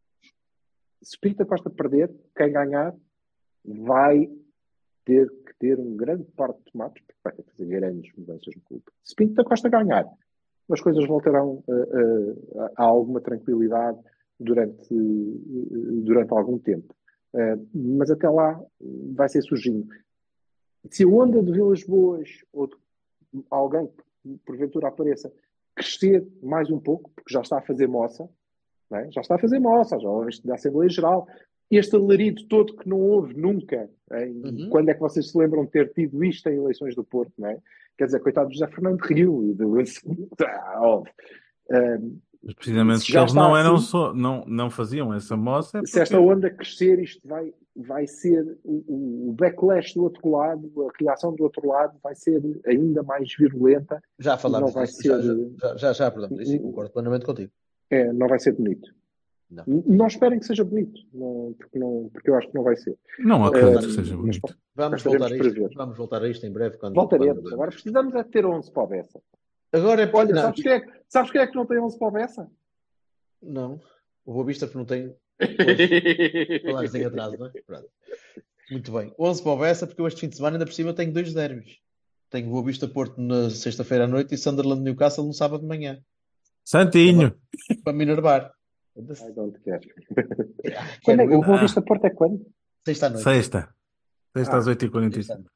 se Pinto da Costa perder, quem ganhar vai ter que ter um grande par de tomates, porque vai ter que fazer grandes mudanças no clube. Se Pinto da Costa ganhar, as coisas voltarão a alguma tranquilidade durante algum tempo. Mas até lá vai ser sujinho. Se a onda de Vilas Boas ou de alguém que porventura apareça crescer mais um pouco, porque já está a fazer moça, não é? Já está a fazer moça, já houve isto da Assembleia Geral. Este alarido todo que não houve nunca. Quando é que vocês se lembram de ter tido isto em eleições do Porto, não é? Quer dizer, coitado de José Fernando Rio e do óbvio. Mas precisamente porque Já eles está não eram assim. só, não faziam essa moça, Se esta onda crescer, isto vai ser o backlash do outro lado, a reação do outro lado vai ser ainda mais virulenta. Já Não falámos vai disso, ser, já perdão, disso, concordo plenamente contigo. não vai ser bonito. Não. Não esperem que seja bonito, porque eu acho que não vai ser. não acredito que seja Mas bonito. Vamos voltar a isto em breve. voltaremos. Agora precisamos é de ter 11 para o Bessa. Agora é... Olha, não, sabes quem é que não tem 11 para o Bessa? não, o Boa Vista porque não tem falares em atraso, não é? Pronto. Muito bem. 11 para o Bessa, porque eu este fim de semana ainda por cima tenho 2 derbys. Tenho Boa Vista Porto na sexta-feira à noite e Sunderland Newcastle no sábado de manhã. Santinho! Para me enervar. I don't care. Quando O Boa Vista Porto é quando? Sexta à noite. Sexta às Sexta 8h45. à noite.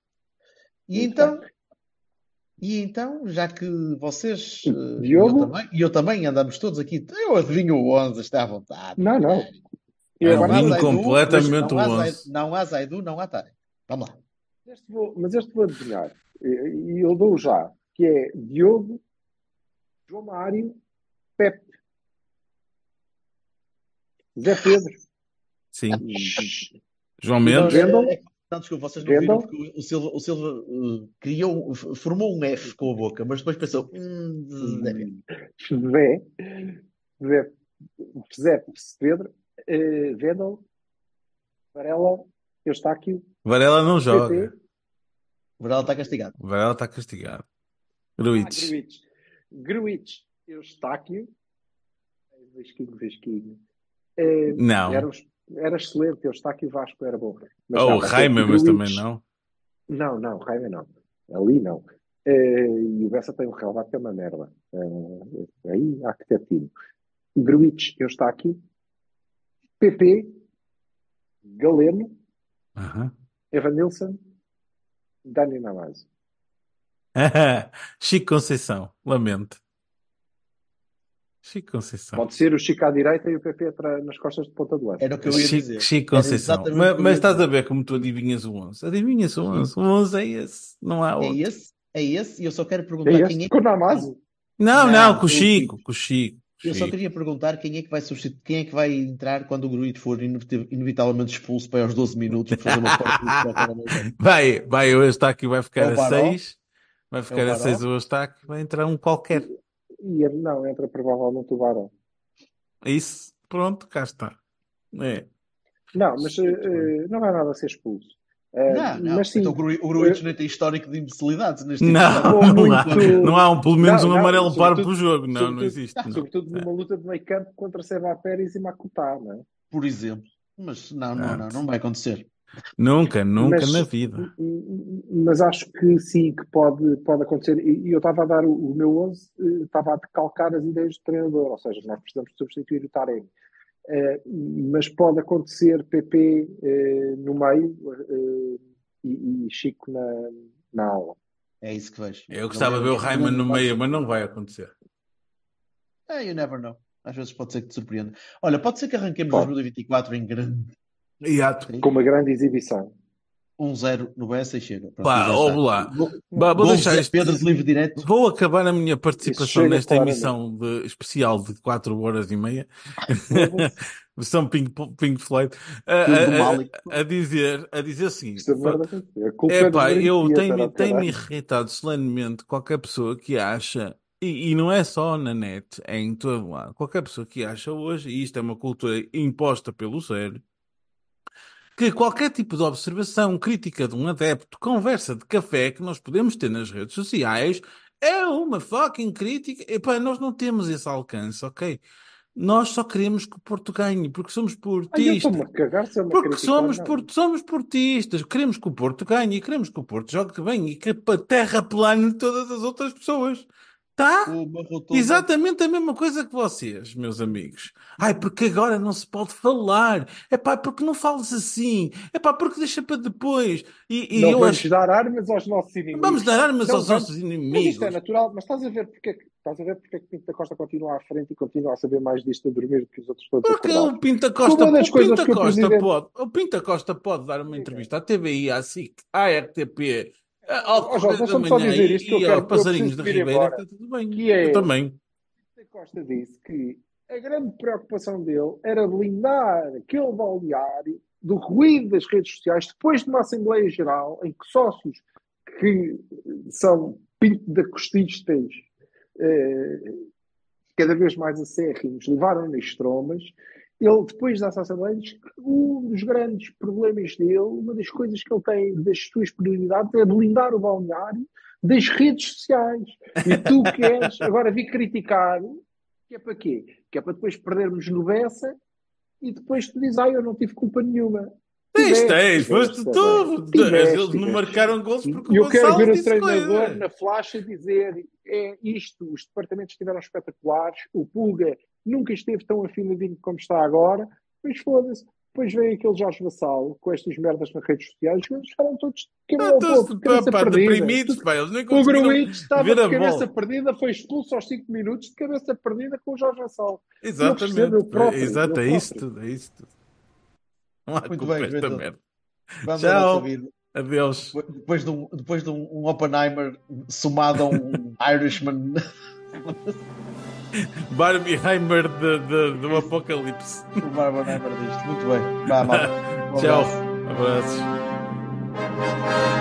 E então, já que vocês Diogo? e eu também andamos todos aqui, eu adivinho o 11, está à vontade. Não. Eu Não há adivinho Zaidu, completamente mas o 11. não há Zaidu, não há Tarek. Vamos lá. Mas este vou adivinhar. E eu dou já. Que é Diogo, João Mário, Pepe, Zé Pedro. Sim. João Mendes. Não, desculpa, vocês não viram porque o Silva formou um F com a boca, mas depois pensou Zé Pedro, Vendel, Varela, Eustáquio, Varela não joga. Varela está castigado. Varela está castigado. Gruitch, Eustáquio, Vesquinho. Não. Era excelente, Eustáquio Vasco era bom. O Raima, mas também não. Não, Raima não. Ali não. E o Bessa tem um relvado que é uma merda. Aí há que ter tido. Gruitch, Eustáquio, PP, Galeno, Evanilson, Dani Namazo. Chico Conceição, lamento. Chico Conceição. Pode ser o Chico à direita e o PP nas costas de ponta do leste. Era o que eu ia dizer. Chico Conceição. Mas estás a ver como tu adivinhas o 11? Adivinhas o 11. O 11 é esse. Não há outro. É esse. E eu só quero perguntar quem é que... Com o Namazo? Não, com o Chico. Eu só queria perguntar quem é que vai substituir, quem é que vai entrar quando o Gruitch for inevitavelmente expulso para aos 12 minutos e fazer uma porta. Vai, o Eustáquio vai ficar a 6. Vai ficar a 6 o Eustáquio. Vai entrar um qualquer. Não, entra provavelmente o Barão. Isso, pronto, cá está. Não, mas não vai nada a ser expulso. Não. Mas sim, então o Gruitch nem tem histórico de imbecilidades neste não há pelo menos um amarelo par por jogo. Não existe. Sobretudo numa luta de meio campo contra Seba Pérez e Makutá, não é? Por exemplo. Mas não vai acontecer. Nunca na vida. Mas acho que sim, que pode acontecer. E eu estava a dar o meu 11, estava a decalcar as ideias do treinador, ou seja, nós precisamos substituir o Taremi. Mas pode acontecer PP no meio e Chico na aula. É isso que vejo. Eu gostava de ver o Raiman no meio, mas não vai acontecer. You never know. Às vezes pode ser que te surpreenda. Olha, pode ser que arranquemos Pode. 2024 em grande. Hiato. Com uma grande exibição. 1-0 no Bessa e chega. Pronto, Pá, e já ouve está. lá. Vou, Vou vou deixar dizer isto. Pedro de livre direto. Vou acabar a minha Isso participação chega nesta claramente. emissão especial de 4 horas e meia. Foda-se. Versão Pink Floyd. Aquilo do Malik. A dizer assim. Esta merda vai ser. A culpa é do Epá, Dream eu Theater, tenho-me ao caralho. irritado solenemente qualquer pessoa que acha, e não é só na net, é em todo lado, qualquer pessoa que acha hoje, e isto é uma cultura imposta pelo sério, que qualquer tipo de observação crítica de um adepto, conversa de café que nós podemos ter nas redes sociais, é uma fucking crítica. Epá, nós não temos esse alcance, ok? Nós só queremos que o Porto ganhe, porque somos Ai, eu portistas. estou-me a cagar se é uma Porque crítica ou não. somos portistas, queremos que o Porto ganhe e queremos que o Porto jogue bem e que a terra plane todas as outras pessoas. Tá? Uma rotunda. Exatamente a mesma coisa que vocês, meus amigos. Ai, porque agora não se pode falar. É pá, porque não falas assim. É pá, porque deixa para depois. E Não eu vamos acho. dar armas aos nossos inimigos. Vamos dar armas Não aos vamos. nossos Mas isto é inimigos. natural. Mas estás a ver porque é que Pinto da Costa continua à frente e continua a saber mais disto a dormir do que os outros todos Porque acordados? o Pinta Porque Costa, uma das o coisas Pinta que o Costa Presidente... pode, o Pinta Costa pode dar uma entrevista à TVI, à SIC, à RTP, ao Ó, Jorge, Correio da deixa-me só Manhã dizer isto que eu e quero. aos Eu Passarinhos preciso da de ir Ribeira, embora. está tudo bem. Que é... Eu também. Pinto da Costa disse que a grande preocupação dele era blindar aquele balneário do ruído das redes sociais depois de uma Assembleia Geral em que sócios que são pinto da costistas cada vez mais acérrimos levaram nas trombas. Ele, depois dessa Assembleia, diz que um dos grandes problemas dele, uma das coisas que ele tem das suas prioridades é blindar o balneário das redes sociais. E tu queres agora vir criticar, que é para quê? Que é para depois perdermos no Bessa e depois tu dizes, eu não tive culpa nenhuma. Tens, foste tu. Eles não marcaram gols porque E eu o quero ver Gonçalo o disse treinador coisa. na flash a dizer é isto, os departamentos estiveram espetaculares, o Pulga nunca esteve tão afinadinho como está agora, mas foda-se. Depois vem aquele Jorge Vassalo com estas merdas nas redes sociais que eles ficaram todos de cabeça perdida. Deprimidos, pá, eles nem O conseguiram Gruitch estava ver de a cabeça bola. perdida, foi expulso aos 5 minutos de cabeça perdida com o Jorge Vassalo. Exatamente. Eu próprio. Exato, é isso tudo, é isso tudo. Não há Muito culpa bem, esta Vitor. merda. Vamos à nossa Tchau. vida. Adeus. Depois de um Oppenheimer somado a um Irishman. Barbieheimer do Apocalipse. O Oppenheimer disto. Muito bem. Vá, malta. Um Tchau. abraço. Abraços.